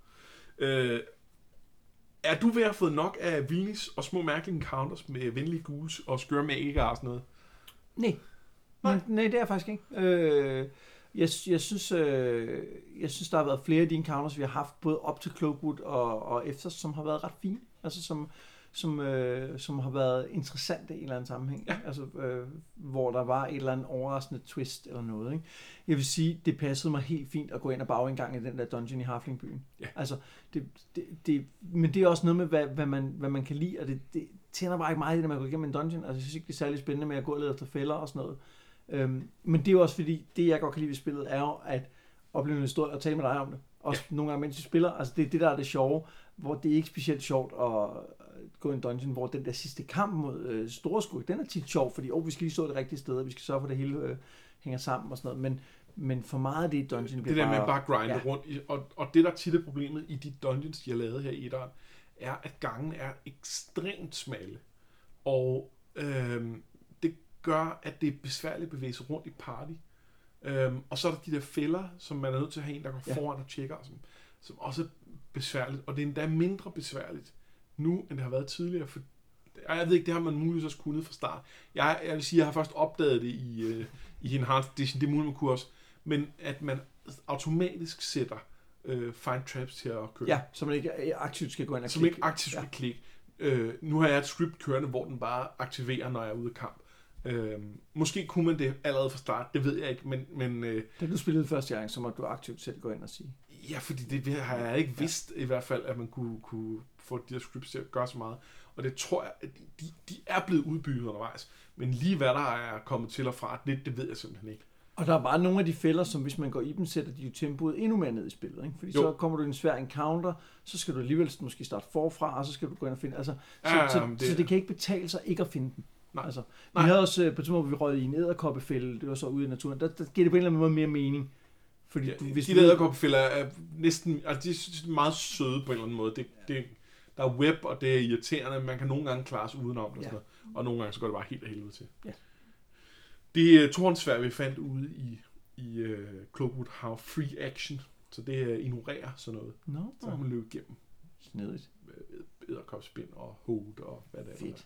[SPEAKER 1] Er du ved at have fået nok af Vinis og små mærkelige encounters med venlige ghouls og skøre magikere og sådan noget?
[SPEAKER 2] Nej, det er jeg faktisk ikke. Jeg synes, der har været flere af de encounters, vi har haft, både op til Cloakwood og efter, som har været ret fine. Altså som har været interessante i en eller anden sammenhæng.
[SPEAKER 1] Ja.
[SPEAKER 2] Altså, hvor der var et eller andet overraskende twist eller noget. Ikke? Jeg vil sige, det passede mig helt fint at gå ind og bagindgang i den der dungeon i Halflingbyen.
[SPEAKER 1] Ja.
[SPEAKER 2] Altså, men det er også noget med, hvad man kan lide, og det tænder bare ikke meget i, når man går igennem en dungeon. Altså, jeg synes ikke, det er særlig spændende med at gå og lede efter fælder og sådan noget. Men det er jo også fordi, det jeg godt kan lide ved spillet, er jo at opleve en historie og tale med dig om det. Også nogle gange, mens vi spiller. Altså, det er det, der er det sjove, hvor det er ikke specielt sjovt at gå i en dungeon, hvor den der sidste kamp mod Storeskurk, den er tit sjov, fordi vi skal lige stå det rigtige sted, og vi skal sørge for, at det hele hænger sammen og sådan noget, men for meget af det i dungeon
[SPEAKER 1] bliver det der med bare grinde rundt, og det der tit er problemet i de dungeons, de har lavet her i etteren, er, at gangen er ekstremt smalle, og det gør, at det er besværligt at bevæge sig rundt i party, og så er der de der fælder, som man er nødt til at have en, der går foran og tjekker, som også er besværligt, og det er endda mindre besværligt nu, end det har været tidligere, jeg ved ikke, det har man muligvis også kunnet fra start. Jeg vil sige, jeg har først opdaget det i Enhanced Edition, det er muligt, man kunne også, men at man automatisk sætter Find Traps til at køre.
[SPEAKER 2] Ja, så man ikke aktivt skal gå ind og klikke.
[SPEAKER 1] Som ikke aktivt skal klikke. Nu har jeg et script kørende, hvor den bare aktiverer, når jeg er ude af kamp. Måske kunne man det allerede fra start, det ved jeg ikke, men
[SPEAKER 2] da du spillede første gang, så må du aktivt selv gå ind og sige.
[SPEAKER 1] Ja, fordi det har jeg ikke vidst i hvert fald, at man kunne få de her scripts til at gøre så meget. Og det tror jeg, at de er blevet udbygget undervejs. Men lige hvad der er kommet til og fra, det ved jeg simpelthen ikke.
[SPEAKER 2] Og der er bare nogle af de fælder, som hvis man går i dem, sætter de jo tempoet endnu mere ned i spillet. Ikke? Fordi så kommer du i en svær encounter, så skal du alligevel måske starte forfra, og så skal du gå ind og finde. Altså, så det kan ikke betale sig ikke at finde den.
[SPEAKER 1] Nej.
[SPEAKER 2] Altså, vi havde også på et tidspunkt, hvor vi røg i en edderkoppefælde, det var så ude i naturen, der giver det på en eller anden måde mere mening. Fordi
[SPEAKER 1] hvis de edderkoppefælder er næsten, altså de er meget søde på en eller anden måde. Der er web, og det er irriterende, man kan nogle gange klare sig udenom det, og nogle gange så går det bare helt af helvede til. Ja. Det tornsvær, vi fandt ude i Cloakwood, har free action, så det ignorerer sådan noget. Så kan man løbe igennem.
[SPEAKER 2] Snedigt.
[SPEAKER 1] Edderkopspind og hold og hvad det er.
[SPEAKER 2] Fedt.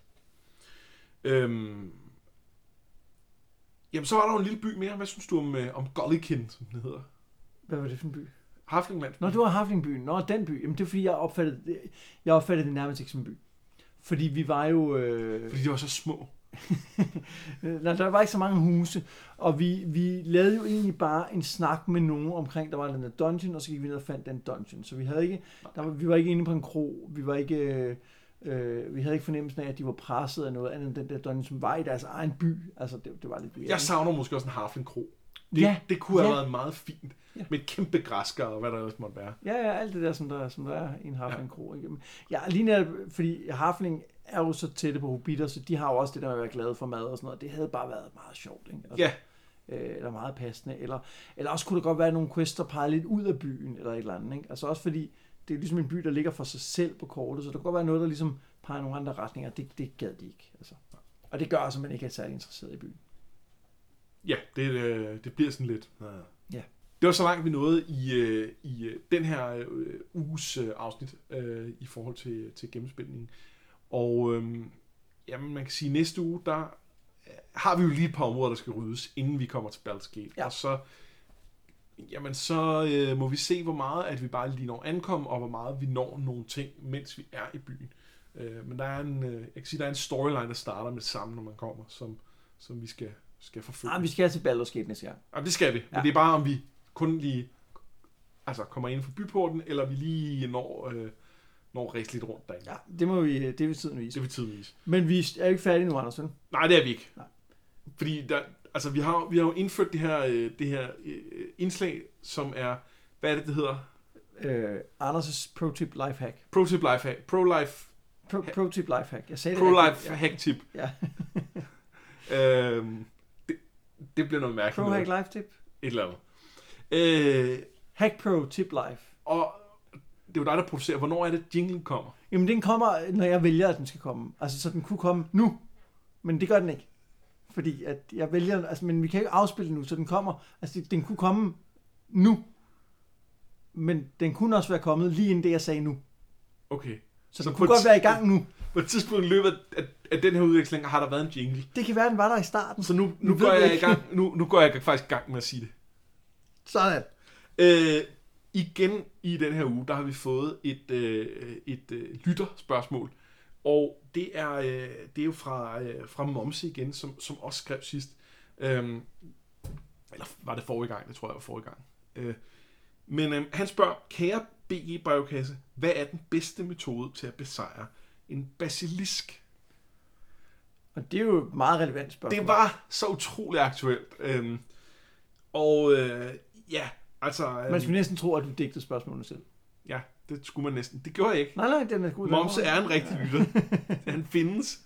[SPEAKER 1] Jamen, så var der jo en lille by mere. Hvad synes du om Gullikin, som den hedder?
[SPEAKER 2] Hvad var det for en by?
[SPEAKER 1] Halflinglandsby.
[SPEAKER 2] Nå, det var Halflingbyen. Nå, den by. Jamen, det er fordi, jeg opfattede det nærmest ikke som en by. Fordi vi var jo...
[SPEAKER 1] Fordi de var så små.
[SPEAKER 2] Nej, der var ikke så mange huse. Og vi lavede jo egentlig bare en snak med nogen omkring, der var den der dungeon, og så gik vi ned og fandt den dungeon. Så vi havde ikke... vi var ikke inde på en kro. Vi var ikke... vi havde ikke fornemmelsen af, at de var presset af noget andet end den der dungeon, som var i deres egen by. Altså, det var lidt...
[SPEAKER 1] Jeg savner måske også en Halfling-kro. Det kunne have været meget fint. Ja. Med et kæmpe græsker og hvad der ellers måtte være.
[SPEAKER 2] Ja, alt det der, som der er i en Halfling-kro. Ja, lige netop, fordi Halfling er jo så tætte på hobbiter, så de har jo også det der med at være glade for mad og sådan noget. Det havde bare været meget sjovt, ikke? Altså, eller meget passende. Eller også kunne det godt være nogle quests, der peger lidt ud af byen, eller et eller andet, ikke? Altså også fordi, det er ligesom en by, der ligger for sig selv på kortet, så der kan godt være noget, der ligesom peger nogle andre retninger. Det gad de ikke. Altså. Og det gør også, at man ikke er særlig interesseret i byen.
[SPEAKER 1] Ja, det bliver sådan lidt.
[SPEAKER 2] Ja.
[SPEAKER 1] Det var så langt vi nåede i den her uges afsnit i forhold til gennemspilningen. Og jamen, man kan sige, at næste uge, der har vi jo lige et par områder, der skal ryddes, inden vi kommer til Baldur's Gate. Ja. Og så må vi se, hvor meget at vi bare lige når ankommer, og hvor meget vi når nogle ting, mens vi er i byen. Men der er en storyline, der starter med det samme, når man kommer, som vi skal forfølge.
[SPEAKER 2] Vi skal til Baldur's Gate næste gang.
[SPEAKER 1] Ja, det skal vi. Ja. Men det er bare, om vi kun lige kommer ind for byporten, eller vi lige når ræse lidt rundt derinde.
[SPEAKER 2] Ja, det vil tiden vise. Men vi er jo ikke færdige nu, Anders.
[SPEAKER 1] Nej, det er vi ikke. Nej. Fordi vi har jo indført det her indslag, som er, hvad er det hedder?
[SPEAKER 2] Anders' Pro-Tip Lifehack.
[SPEAKER 1] Pro-Tip Lifehack.
[SPEAKER 2] Pro-Tip Lifehack. Jeg sagde det.
[SPEAKER 1] Pro-Life Hack-tip.
[SPEAKER 2] Ja.
[SPEAKER 1] Det bliver noget mærkeligt.
[SPEAKER 2] Pro-Hack Life-tip.
[SPEAKER 1] Et eller andet.
[SPEAKER 2] Hack Pro-Tip Life.
[SPEAKER 1] Og det er jo dig, der producerer. Hvornår er det, jinglen kommer?
[SPEAKER 2] Jamen, den kommer, når jeg vælger, at den skal komme. Altså, så den kunne komme nu. Men det gør den ikke. Fordi at jeg vælger... Altså, men vi kan ikke afspille den nu, så den kommer... Altså, den kunne komme nu. Men den kunne også være kommet lige inden det, jeg sagde nu.
[SPEAKER 1] Okay.
[SPEAKER 2] Så den kunne godt være i gang nu.
[SPEAKER 1] På et tidspunkt i løbet af den her udveksling har der været en jingle.
[SPEAKER 2] Det kan være, den var der i starten.
[SPEAKER 1] Så nu går jeg i gang. Nu går jeg faktisk i gang med at sige det.
[SPEAKER 2] Sådan.
[SPEAKER 1] Igen i den her uge, der har vi fået et lytterspørgsmål. Og det er jo fra Momse igen, som også skrev sidst. Eller var det forrige gang? Det tror jeg var forrige gang. Men han spørger, kære BG Brevkasse, hvad er den bedste metode til at besejre en basilisk?
[SPEAKER 2] Og det er jo et meget relevant spørgsmål.
[SPEAKER 1] Det var så utroligt aktuelt. Ja, altså...
[SPEAKER 2] man skulle næsten tro, at du digtede spørgsmålene selv.
[SPEAKER 1] Ja, det skulle man næsten. Det gjorde jeg ikke.
[SPEAKER 2] Nej, den er god.
[SPEAKER 1] Momse er en rigtig lytter. Han findes.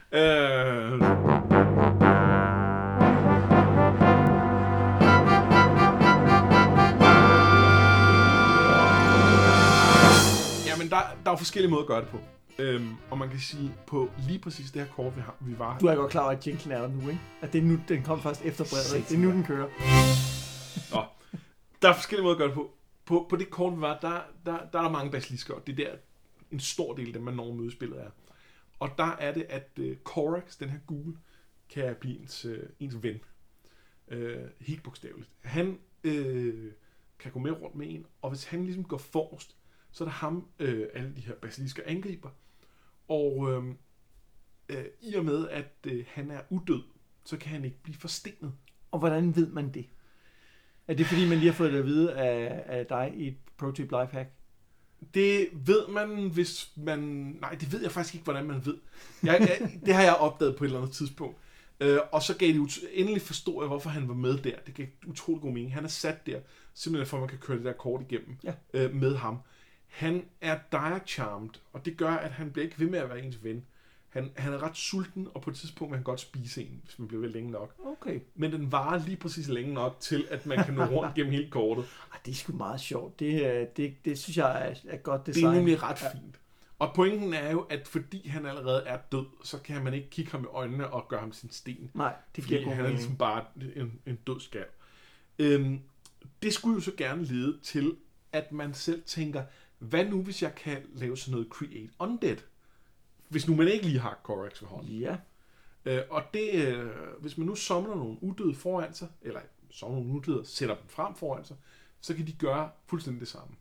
[SPEAKER 1] Jamen, der er jo forskellige måder at gøre det på. Og man kan sige, på lige præcis det her kort, vi var...
[SPEAKER 2] Du er godt klar over, at jinglen er der nu, ikke? At det er nu, den kom først efter brevet. Det er nu, den kører.
[SPEAKER 1] Nå, der er forskellige måder at gøre det på. På det kort, vi var, der er der mange basilisker, og det er der en stor del af dem, man når mødespillet er. Og der er det, at Corax, den her gule, kan blive ens ven. Helt bogstaveligt. Han kan gå med rundt med en, og hvis han ligesom går forrest, så er det ham, alle de her basilisker angriber. Og i og med, at han er udød, så kan han ikke blive forstenet.
[SPEAKER 2] Og hvordan ved man det? Er det fordi, man lige har fået det at vide af dig i et ProTip Lifehack?
[SPEAKER 1] Det ved man, hvis man... Nej, det ved jeg faktisk ikke, hvordan man ved. Det har jeg opdaget på et eller andet tidspunkt. Og så gav det endelig forstå, hvorfor han var med der. Det gav utrolig god mening. Han er sat der, simpelthen for at man kan køre det der kort igennem med ham. Han er dire charmed, og det gør, at han bliver ikke ved med at være ens ven. Han er ret sulten, og på et tidspunkt vil han godt spise en, hvis man bliver ved længe nok.
[SPEAKER 2] Okay.
[SPEAKER 1] Men den varer lige præcis længe nok til, at man kan nå rundt gennem hele kortet.
[SPEAKER 2] Det er sgu meget sjovt. Det synes jeg er godt design.
[SPEAKER 1] Det er nemlig ret fint. Og pointen er jo, at fordi han allerede er død, så kan man ikke kigge ham i øjnene og gøre ham sin sten.
[SPEAKER 2] Nej, det giver god mening.
[SPEAKER 1] Han er ligesom bare en død skal. Det skulle jo så gerne lede til, at man selv tænker, hvad nu hvis jeg kan lave sådan noget Create Undead? Hvis nu man ikke lige har Corax ved hånden.
[SPEAKER 2] Ja.
[SPEAKER 1] Og det, hvis man nu samler nogle udøde foran sig, eller samler nogle udøde og sætter dem frem foran sig, så kan de gøre fuldstændig det samme.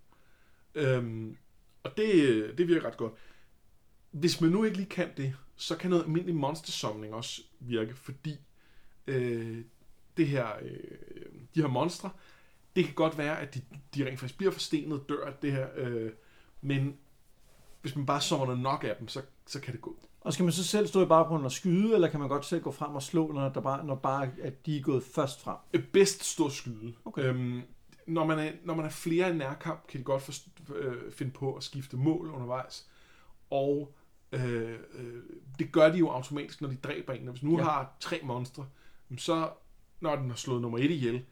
[SPEAKER 1] Og det virker ret godt. Hvis man nu ikke lige kan det, så kan noget almindelig monster summoning også virke, fordi de her monstre, det kan godt være, at de rent faktisk bliver forstenet, dør af det her, men hvis man bare summoner nok af dem, så kan det gå. Og
[SPEAKER 2] skal man så selv stå i baggrunden og skyde, eller kan man godt selv gå frem og slå, når bare at de er gået først frem?
[SPEAKER 1] Bedst stå og skyde.
[SPEAKER 2] Okay.
[SPEAKER 1] Når man er flere i nærkamp, kan de godt finde på at skifte mål undervejs. Og det gør de jo automatisk, når de dræber en. Hvis nu har 3 monstre, så når den har slået nummer 1 ihjel,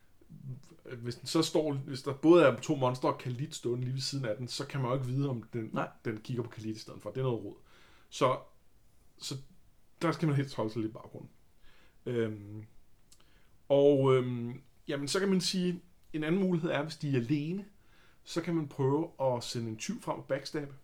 [SPEAKER 1] hvis der både er 2 monstre og Khalit stående lige ved siden af den, så kan man jo ikke vide, om den kigger på Khalit i stedet for. Det er noget rod. Så der skal man helst holde sig lidt i baggrunden. Jamen, så kan man sige, en anden mulighed er, hvis de er alene, så kan man prøve at sende en tyv frem og backstabbe.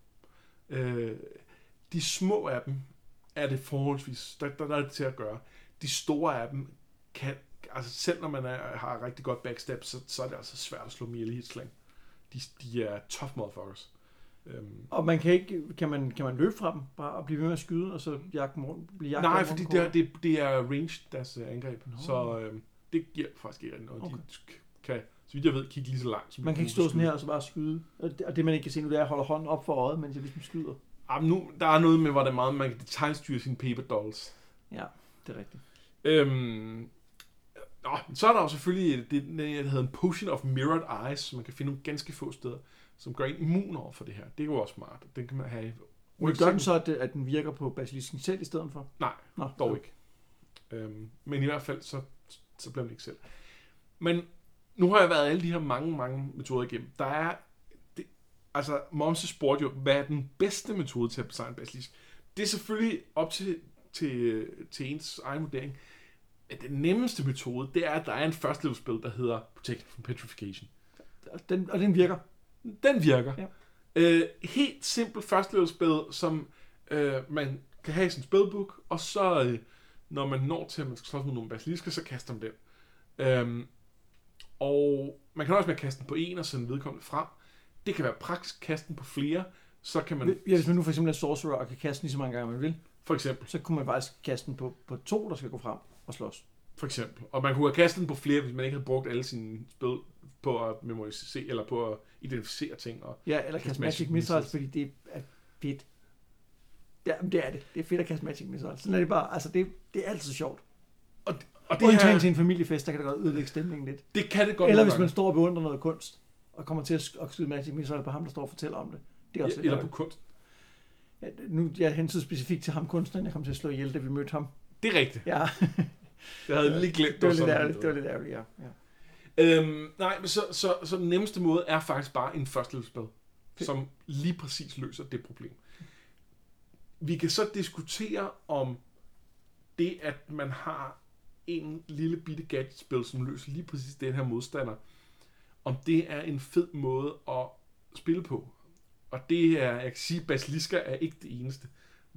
[SPEAKER 1] De små af dem er det forholdsvis, der er det til at gøre. De store af dem kan, altså selv når man har rigtig godt backstab, så er det altså svært at slå dem ihjel i et slag. De er tough motherfuckers.
[SPEAKER 2] Og man kan man løbe fra dem bare og blive ved med at skyde og så jagte dem rundt?
[SPEAKER 1] Nej, fordi det er range deres angreb, så det giver faktisk ikke noget. Okay. De kan, så vidt jeg ved, kigge lige så langt. Som
[SPEAKER 2] man kan ikke stå sådan her og så bare skyde. Og det man ikke kan se nu, det er at holde hånden op for øjet, mens jeg ligesom skyder.
[SPEAKER 1] Jamen nu, der er noget med, hvor det er meget, man kan detailstyre sine paper dolls.
[SPEAKER 2] Ja, det er rigtigt.
[SPEAKER 1] Så er der jo selvfølgelig det, der hedder en Potion of Mirrored Eyes, som man kan finde nogle ganske få steder, som gør en immun over for det her. Det er jo også smart. Den kan man have.
[SPEAKER 2] Men gør den så, at den virker på basilisken selv i stedet for?
[SPEAKER 1] Nej, dog ikke. Men i hvert fald, så bliver den ikke selv. Men nu har jeg været alle de her mange metoder igennem. Der er, altså Momse spurgte jo, hvad er den bedste metode til at designe basilisk? Det er selvfølgelig op til ens egen vurdering. Den nemmeste metode, det er, at der er en førstelevelspil, der hedder Protect from Petrification.
[SPEAKER 2] Og den virker?
[SPEAKER 1] Den virker.
[SPEAKER 2] Ja.
[SPEAKER 1] Helt simpelt førstelevelspil, som man kan have i sin spellbook, og så når man når til, at man skal slås med nogle basilisker, så kaster man den. Og man kan også med kaste den på en og sende vedkommende frem. Det kan være praktisk kaste den på flere, så kan man...
[SPEAKER 2] Ja, hvis man nu for eksempel er sorcerer og kan kaste den lige så mange gange, man vil.
[SPEAKER 1] For eksempel.
[SPEAKER 2] Så kunne man faktisk kaste den på 2, der skal gå frem og slås.
[SPEAKER 1] For eksempel. Og man kunne have kastet den på flere, hvis man ikke havde brugt alle sine spil på at memorisere, eller på at identificere ting. Og
[SPEAKER 2] ja, eller kaste Magic Missiles, fordi det er fedt. Ja, det er det. Det er fedt at kaste Magic Missiles. Sådan er det bare. Altså, det er altid sjovt. Og det undtagen til en familiefest, der kan det godt ødelægge stemningen lidt.
[SPEAKER 1] Det kan det godt.
[SPEAKER 2] Eller hvis man står og beundrer noget kunst, og kommer til at skyde Magic Missiles på ham, der står og fortæller om det. Det er også
[SPEAKER 1] eller på kunst.
[SPEAKER 2] Ja, nu jeg hentede specifikt til ham kunstneren, jeg kom til at slå ihjel, da vi mødte ham.
[SPEAKER 1] Det er rigtigt.
[SPEAKER 2] Ja.
[SPEAKER 1] Jeg havde lige glemt
[SPEAKER 2] det. Det var lidt ærgerligt,
[SPEAKER 1] ja. Nej, men så den nemmeste måde er faktisk bare en førstelevelspil, som lige præcis løser det problem. Vi kan så diskutere om det, at man har en lille bitte gadgetspil, som løser lige præcis den her modstander, om det er en fed måde at spille på. Og det er, jeg kan sige, basilisker er ikke det eneste.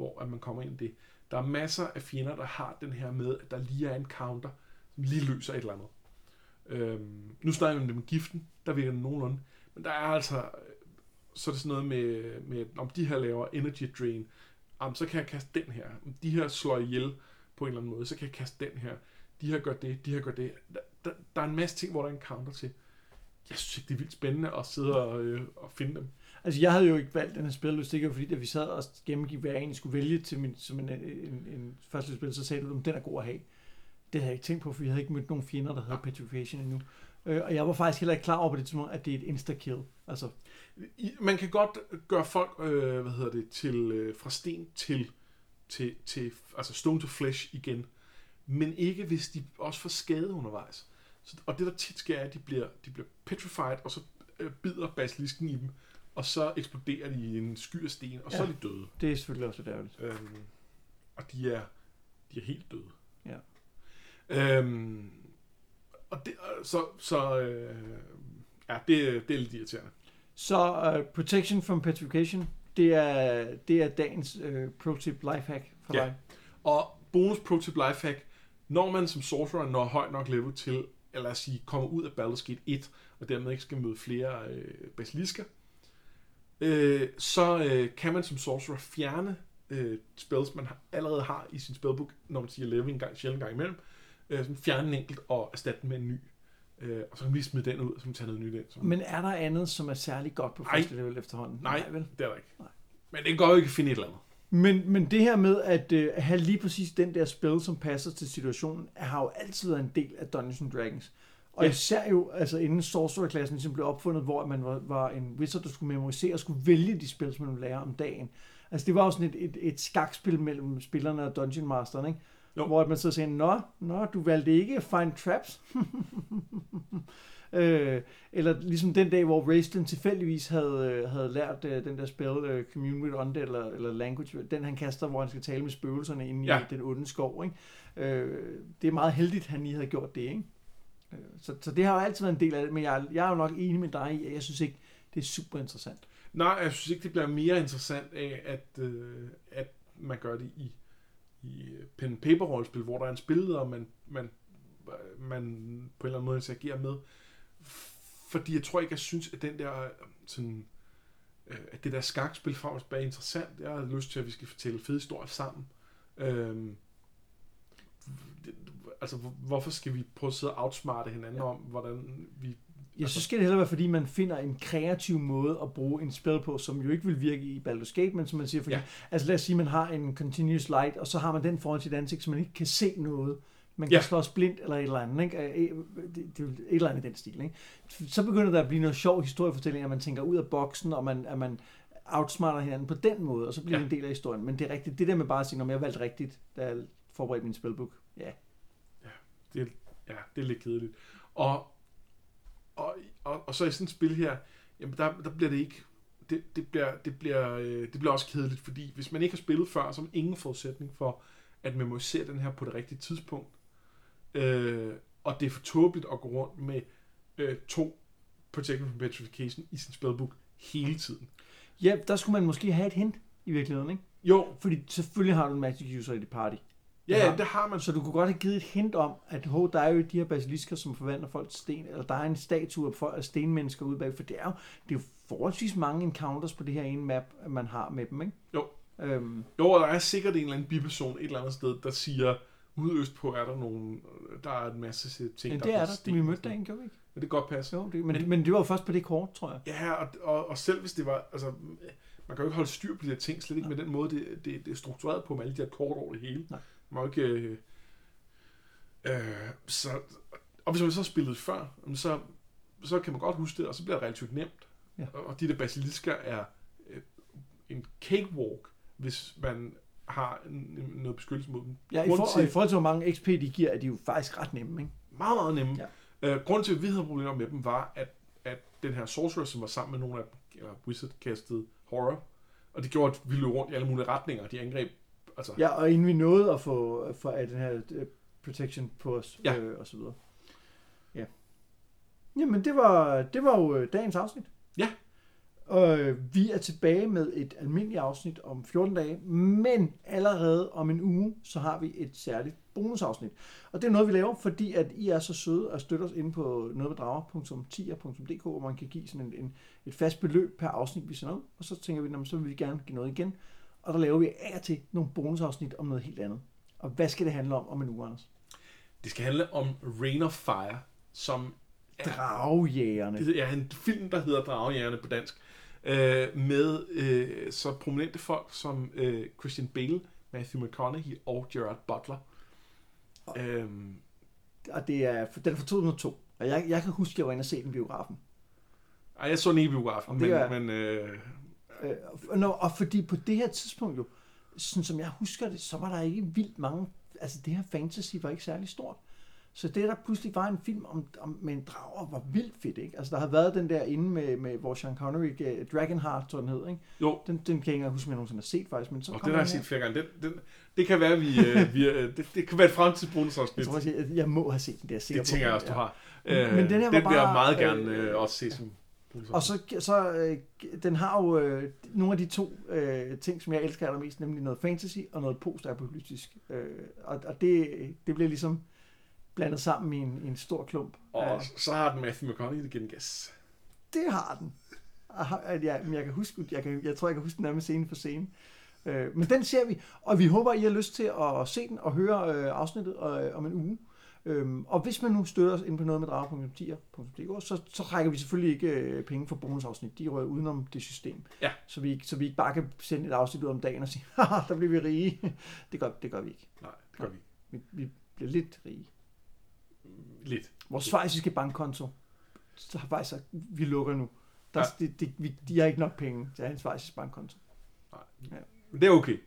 [SPEAKER 1] hvor at man kommer ind i det. Der er masser af fjender, der har den her med, at der lige er en counter, som lige løser et eller andet. Nu snakker vi om giften, der virker det nogenlunde, men der er altså, så er det sådan noget med om de her laver energy drain, så kan jeg kaste den her. Om de her slår ihjel på en eller anden måde, så kan jeg kaste den her. De her gør det, de her gør det. Der er en masse ting, hvor der er en counter til. Jeg synes ikke, det er vildt spændende at sidde og finde dem.
[SPEAKER 2] Altså, jeg havde jo ikke valgt den her spil, hvis det ikke var fordi, da vi sad og gennemgik, hvad jeg egentlig skulle vælge til som en første spil, så sagde du, at den er god at have. Det havde jeg ikke tænkt på, for vi havde ikke mødt nogen fjender, der havde Petrification endnu. Og jeg var faktisk heller ikke klar over på det tidspunkt, at det er et insta-kill. Altså.
[SPEAKER 1] Man kan godt gøre folk, til fra sten til altså stone to flesh igen, men ikke hvis de også får skade undervejs. Og det der tit sker er, at de bliver petrified, og så bider basilisken i dem, og så eksploderer de i en sky af sten, og så er de døde.
[SPEAKER 2] Det er selvfølgelig også lidt ærgerligt.
[SPEAKER 1] Og de er helt døde.
[SPEAKER 2] Ja.
[SPEAKER 1] Og det, det er lidt irriterende.
[SPEAKER 2] Så Protection from Petrification, det er dagens pro-tip lifehack for dig.
[SPEAKER 1] Og bonus pro-tip lifehack, når man som sorcerer når højt nok level til, eller lad os sige, kommer ud af Baldur's Gate 1, og dermed ikke skal møde flere basilisker, så kan man som sorcerer fjerne spells, man allerede har i sin spellbook, når man siger level sjældent gang imellem, fjerne en enkelt og erstatte den med en ny. Og så kan man lige smide den ud, og så kan man tage noget nyt ind.
[SPEAKER 2] Men er der andet, som er særlig godt på første level efterhånden?
[SPEAKER 1] Nej, vel? Det er der ikke. Nej. Men det går jo ikke at finde et eller andet.
[SPEAKER 2] Men det her med at have lige præcis den der spil, som passer til situationen, har jo altid været en del af Dungeons & Dragons. Og især jo, altså inden Sorcerer-klassen ligesom blev opfundet, hvor man var en wizard, der skulle memorisere og skulle vælge de spil, som man ville lære om dagen. Altså det var jo sådan et skakspil mellem spillerne og Dungeon Masteren, ikke? Jo. Hvor man så siger, nå, du valgte ikke Find Traps. Eller ligesom den dag, hvor Raistlin tilfældigvis havde lært den der spil, Commune with Undead eller Language, den han kaster, hvor han skal tale med spøgelserne inde i den onde skov. Ikke? Det er meget heldigt, han lige havde gjort det. Ikke? Så det har jo altid været en del af det, men jeg er jo nok enig med dig i, at jeg synes ikke, det er super interessant.
[SPEAKER 1] Nej, jeg synes ikke, det bliver mere interessant af, at man gør det i pen and paper rollespil, hvor der er en spilleder, og man på en eller anden måde interagerer med. Fordi jeg tror ikke, jeg synes, at den der sådan, at det der skakspil frem og tilbage er interessant. Jeg har lyst til, at vi skal fortælle fede historier sammen. Altså, hvorfor skal vi prøve at sidde og outsmarte hinanden om, hvordan vi...
[SPEAKER 2] Jeg synes, det hellere være, fordi man finder en kreativ måde at bruge en spil på, som jo ikke vil virke i Baldur's Gate, men som man siger, fordi, altså lad os sige, man har en continuous light, og så har man den foran sit ansigt, så man ikke kan se noget. Man kan slå blindt eller et eller andet, ikke? Det er et eller andet i den stil, ikke? Så begynder der at blive noget sjov historiefortælling, at man tænker ud af boksen, og man outsmarter hinanden på den måde, og så bliver det en del af historien. Men det er rigtigt. Det der med bare at sige, om jeg valgte rigtigt, da jeg forberedte min spilbook.
[SPEAKER 1] Det er lidt kedeligt. Og så i sådan et spil her, jamen der bliver det ikke, det bliver også kedeligt, fordi hvis man ikke har spillet før, så er man ingen forudsætning for at memorisere den her på det rigtige tidspunkt. Og det er for tåbeligt at gå rundt med 2 Protection from Petrification i sin spellbook hele tiden.
[SPEAKER 2] Ja, der skulle man måske have et hint i virkeligheden, ikke?
[SPEAKER 1] Jo.
[SPEAKER 2] Fordi selvfølgelig har du en magic user i dit party.
[SPEAKER 1] Ja, det har man.
[SPEAKER 2] Så du kunne godt have givet et hint om, at der er jo de her basilisker, som forvandler folk til sten, eller der er en statue af stenmennesker ude bag, for det er jo forholdsvis mange encounters på det her ene map, man har med dem, ikke?
[SPEAKER 1] Jo. Jo, og der er sikkert en eller anden biperson et eller andet sted, der siger, ude østpå er der er en masse ting,
[SPEAKER 2] der er der. Vi mødte derinde, gjorde vi ikke?
[SPEAKER 1] Men det kan godt passe.
[SPEAKER 2] Jo, men det var jo først på det kort, tror jeg.
[SPEAKER 1] Ja, og selv hvis det var, altså, man kan jo ikke holde styr på de her ting, slet ikke med den måde, det er struktureret på med alle de her kort over det hele. Nej. Man må ikke... og hvis man så har spillet før, så kan man godt huske det, og så bliver det relativt nemt. Ja. Og de der basilisker er en cakewalk, hvis man har noget beskyttelse mod dem.
[SPEAKER 2] Ja, i forhold til hvor mange XP de giver, er de jo faktisk ret nemme, ikke?
[SPEAKER 1] Meget, meget nemme. Ja. Grunden til, at vi havde problemer med dem, var, at den her sorcerer, som var sammen med nogle af dem, eller wizard, kastede horror, og det gjorde, at vi løb rundt i alle mulige retninger, de angreb. Altså.
[SPEAKER 2] Ja, og inden vi nåede at få af den her protection på os, og så videre. Ja. Jamen, det var jo dagens afsnit.
[SPEAKER 1] Ja.
[SPEAKER 2] Vi er tilbage med et almindeligt afsnit om 14 dage, men allerede om en uge, så har vi et særligt bonusafsnit. Og det er noget, vi laver, fordi at I er så søde at støtte os inde på nogetmeddrager.10.dk, hvor man kan give sådan et fast beløb per afsnit, vi sender ud. Og så tænker vi, så vil vi gerne give noget igen. Og der laver vi af og til nogle bonusafsnit om noget helt andet. Og hvad skal det handle om en uge, Anders?
[SPEAKER 1] Det skal handle om Reign of Fire, som
[SPEAKER 2] Dragejægerne.
[SPEAKER 1] Det er en film, der hedder Dragejægerne på dansk. Med så prominente folk som Christian Bale, Matthew McConaughey og Gerard Butler.
[SPEAKER 2] Og det er den fra 2002. Og jeg kan huske, at jeg var inde og se den biografen.
[SPEAKER 1] Ej, jeg så den ikke i biografen,
[SPEAKER 2] og fordi på det her tidspunkt jo, sådan som jeg husker det, så var der ikke vildt mange, altså det her fantasy var ikke særlig stort. Så det der pludselig var en film med en drager, var vildt fedt, ikke? Altså der havde været den der inde med hvor Sean Connery, Dragonheart, tror den hed, ikke?
[SPEAKER 1] Jo.
[SPEAKER 2] Den kan jeg ikke huske, om jeg nogensinde har set faktisk, men så
[SPEAKER 1] den har jeg set flere gange. Det kan være, det kan være et fremtidsbonusafsnit.
[SPEAKER 2] Jeg tror, jeg må have set den der.
[SPEAKER 1] Det tænker jeg også, du har.
[SPEAKER 2] Men den her var
[SPEAKER 1] vil jeg meget gerne også se som bonusafsnit.
[SPEAKER 2] Og så den har jo nogle af de to ting, som jeg elsker allermest, nemlig noget fantasy og noget post-apokalyptisk. Og det bliver ligesom blandet sammen i en stor klump.
[SPEAKER 1] Og så har den Matthew McConaughey igen gas.
[SPEAKER 2] Det har den. Men jeg kan huske, jeg tror, jeg kan huske den nærmest scene for scene. Men den ser vi, og vi håber, I har lyst til at se den og høre afsnittet om en uge. Og hvis man nu støtter os ind på noget med drager.10.dk, så trækker vi selvfølgelig ikke penge for bonusafsnit. De rører udenom det system.
[SPEAKER 1] Ja.
[SPEAKER 2] Så vi ikke bare kan sende et afsnit ud om dagen og sige, haha, der bliver vi rige. Det gør vi ikke.
[SPEAKER 1] Nej, det gør vi ikke.
[SPEAKER 2] Vi bliver lidt rige.
[SPEAKER 1] Lidt.
[SPEAKER 2] Vores schweiziske bankkonto, så har faktisk sagt, vi lukker nu. De har ikke nok penge til at have en schweizisk bankkonto.
[SPEAKER 1] Nej, ja. Men det er okay.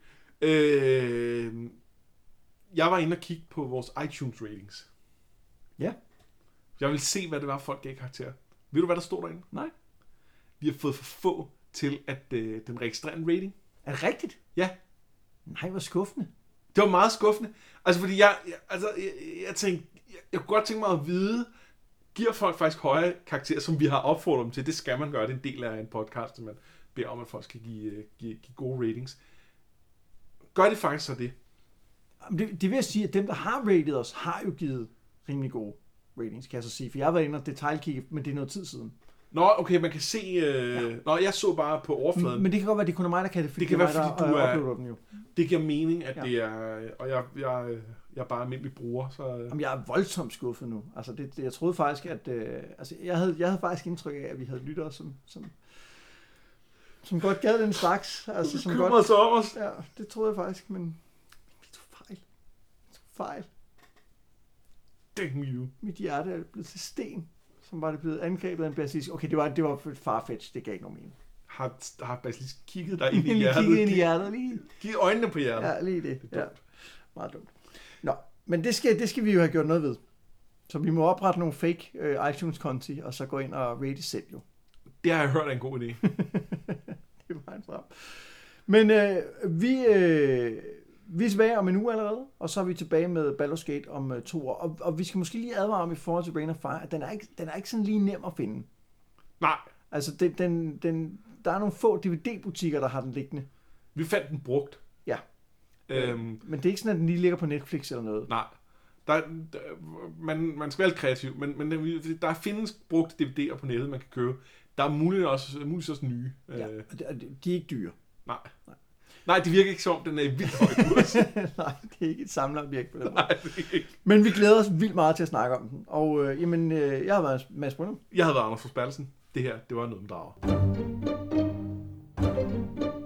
[SPEAKER 1] Jeg var inde og kigge på vores iTunes ratings.
[SPEAKER 2] Ja.
[SPEAKER 1] Jeg vil se, hvad det var, folk gav karakter. Ved du, hvad der stod derinde?
[SPEAKER 2] Nej.
[SPEAKER 1] Vi har fået for få til, at den registrerer en rating.
[SPEAKER 2] Er det rigtigt?
[SPEAKER 1] Ja.
[SPEAKER 2] Nej, hvor skuffende.
[SPEAKER 1] Det var meget skuffende. Altså, fordi jeg tænkte, jeg kunne godt tænke mig at vide, giver folk faktisk høje karakterer, som vi har opfordret dem til. Det skal man gøre. Det er en del af en podcast, man beder om, at folk skal give gode ratings. Gør det faktisk så det?
[SPEAKER 2] Det vil jeg sige, at dem, der har rated os, har jo givet rimelig gode ratings, kan jeg så sige. For jeg har været inde og detaljkigge, men det er noget tid siden.
[SPEAKER 1] Nå, okay, man kan se... Nå, jeg så bare på overfladen.
[SPEAKER 2] Men det kan godt være, det kun er mig, der kan det, fordi
[SPEAKER 1] det kan være, fordi du
[SPEAKER 2] uploader dem jo.
[SPEAKER 1] Det giver mening, at det er... Og jeg er bare almindelig bruger, så...
[SPEAKER 2] Jamen, jeg er voldsomt skuffet nu. Altså, jeg troede faktisk, at... jeg havde faktisk indtryk af, at vi havde lyttere, som godt gad den slags. Altså, som godt...
[SPEAKER 1] så om os.
[SPEAKER 2] Ja, det troede jeg faktisk, men... Vi tog fejl.
[SPEAKER 1] Dang you.
[SPEAKER 2] Mit hjerte er blevet til sten, som var det blevet angrebet af en basilisk. Okay, det var farfetch, det gav ikke nogen mening.
[SPEAKER 1] Har basilisk kigget dig ind i hjertet?
[SPEAKER 2] Kigget ind i hjertet, lige.
[SPEAKER 1] Giv øjnene på hjertet.
[SPEAKER 2] Ja, lige det. Ja, meget dumt. Nå, men det skal vi jo have gjort noget ved. Så vi må oprette nogle fake iTunes-konti, og så gå ind og rate selv jo.
[SPEAKER 1] Det har jeg hørt er en god idé.
[SPEAKER 2] Det var en frem. Men vi er tilbage om en uge allerede, og så er vi tilbage med Baldur's Gate om 2 år. Og vi skal måske lige advare om i forhold til Reign of Fire, at den er ikke sådan lige nem at finde.
[SPEAKER 1] Nej.
[SPEAKER 2] Altså, der er nogle få DVD-butikker, der har den liggende.
[SPEAKER 1] Vi fandt den brugt.
[SPEAKER 2] Ja. Men det er ikke sådan, at den lige ligger på Netflix eller noget.
[SPEAKER 1] Nej. Man skal være lidt kreativ, men der findes brugte DVD'er på nettet, man kan købe. Der er muligvis også nye.
[SPEAKER 2] Ja, de er ikke dyre.
[SPEAKER 1] Nej, det virker ikke som, den er i vildt høj kurs.
[SPEAKER 2] Nej, det er ikke et samlerobjekt på den måde.
[SPEAKER 1] Nej, det er ikke.
[SPEAKER 2] Men vi glæder os vildt meget til at snakke om den. Og jeg har været Mads Brunner.
[SPEAKER 1] Jeg har været Anders Forsbergelsen. Det her, det var noget med drager.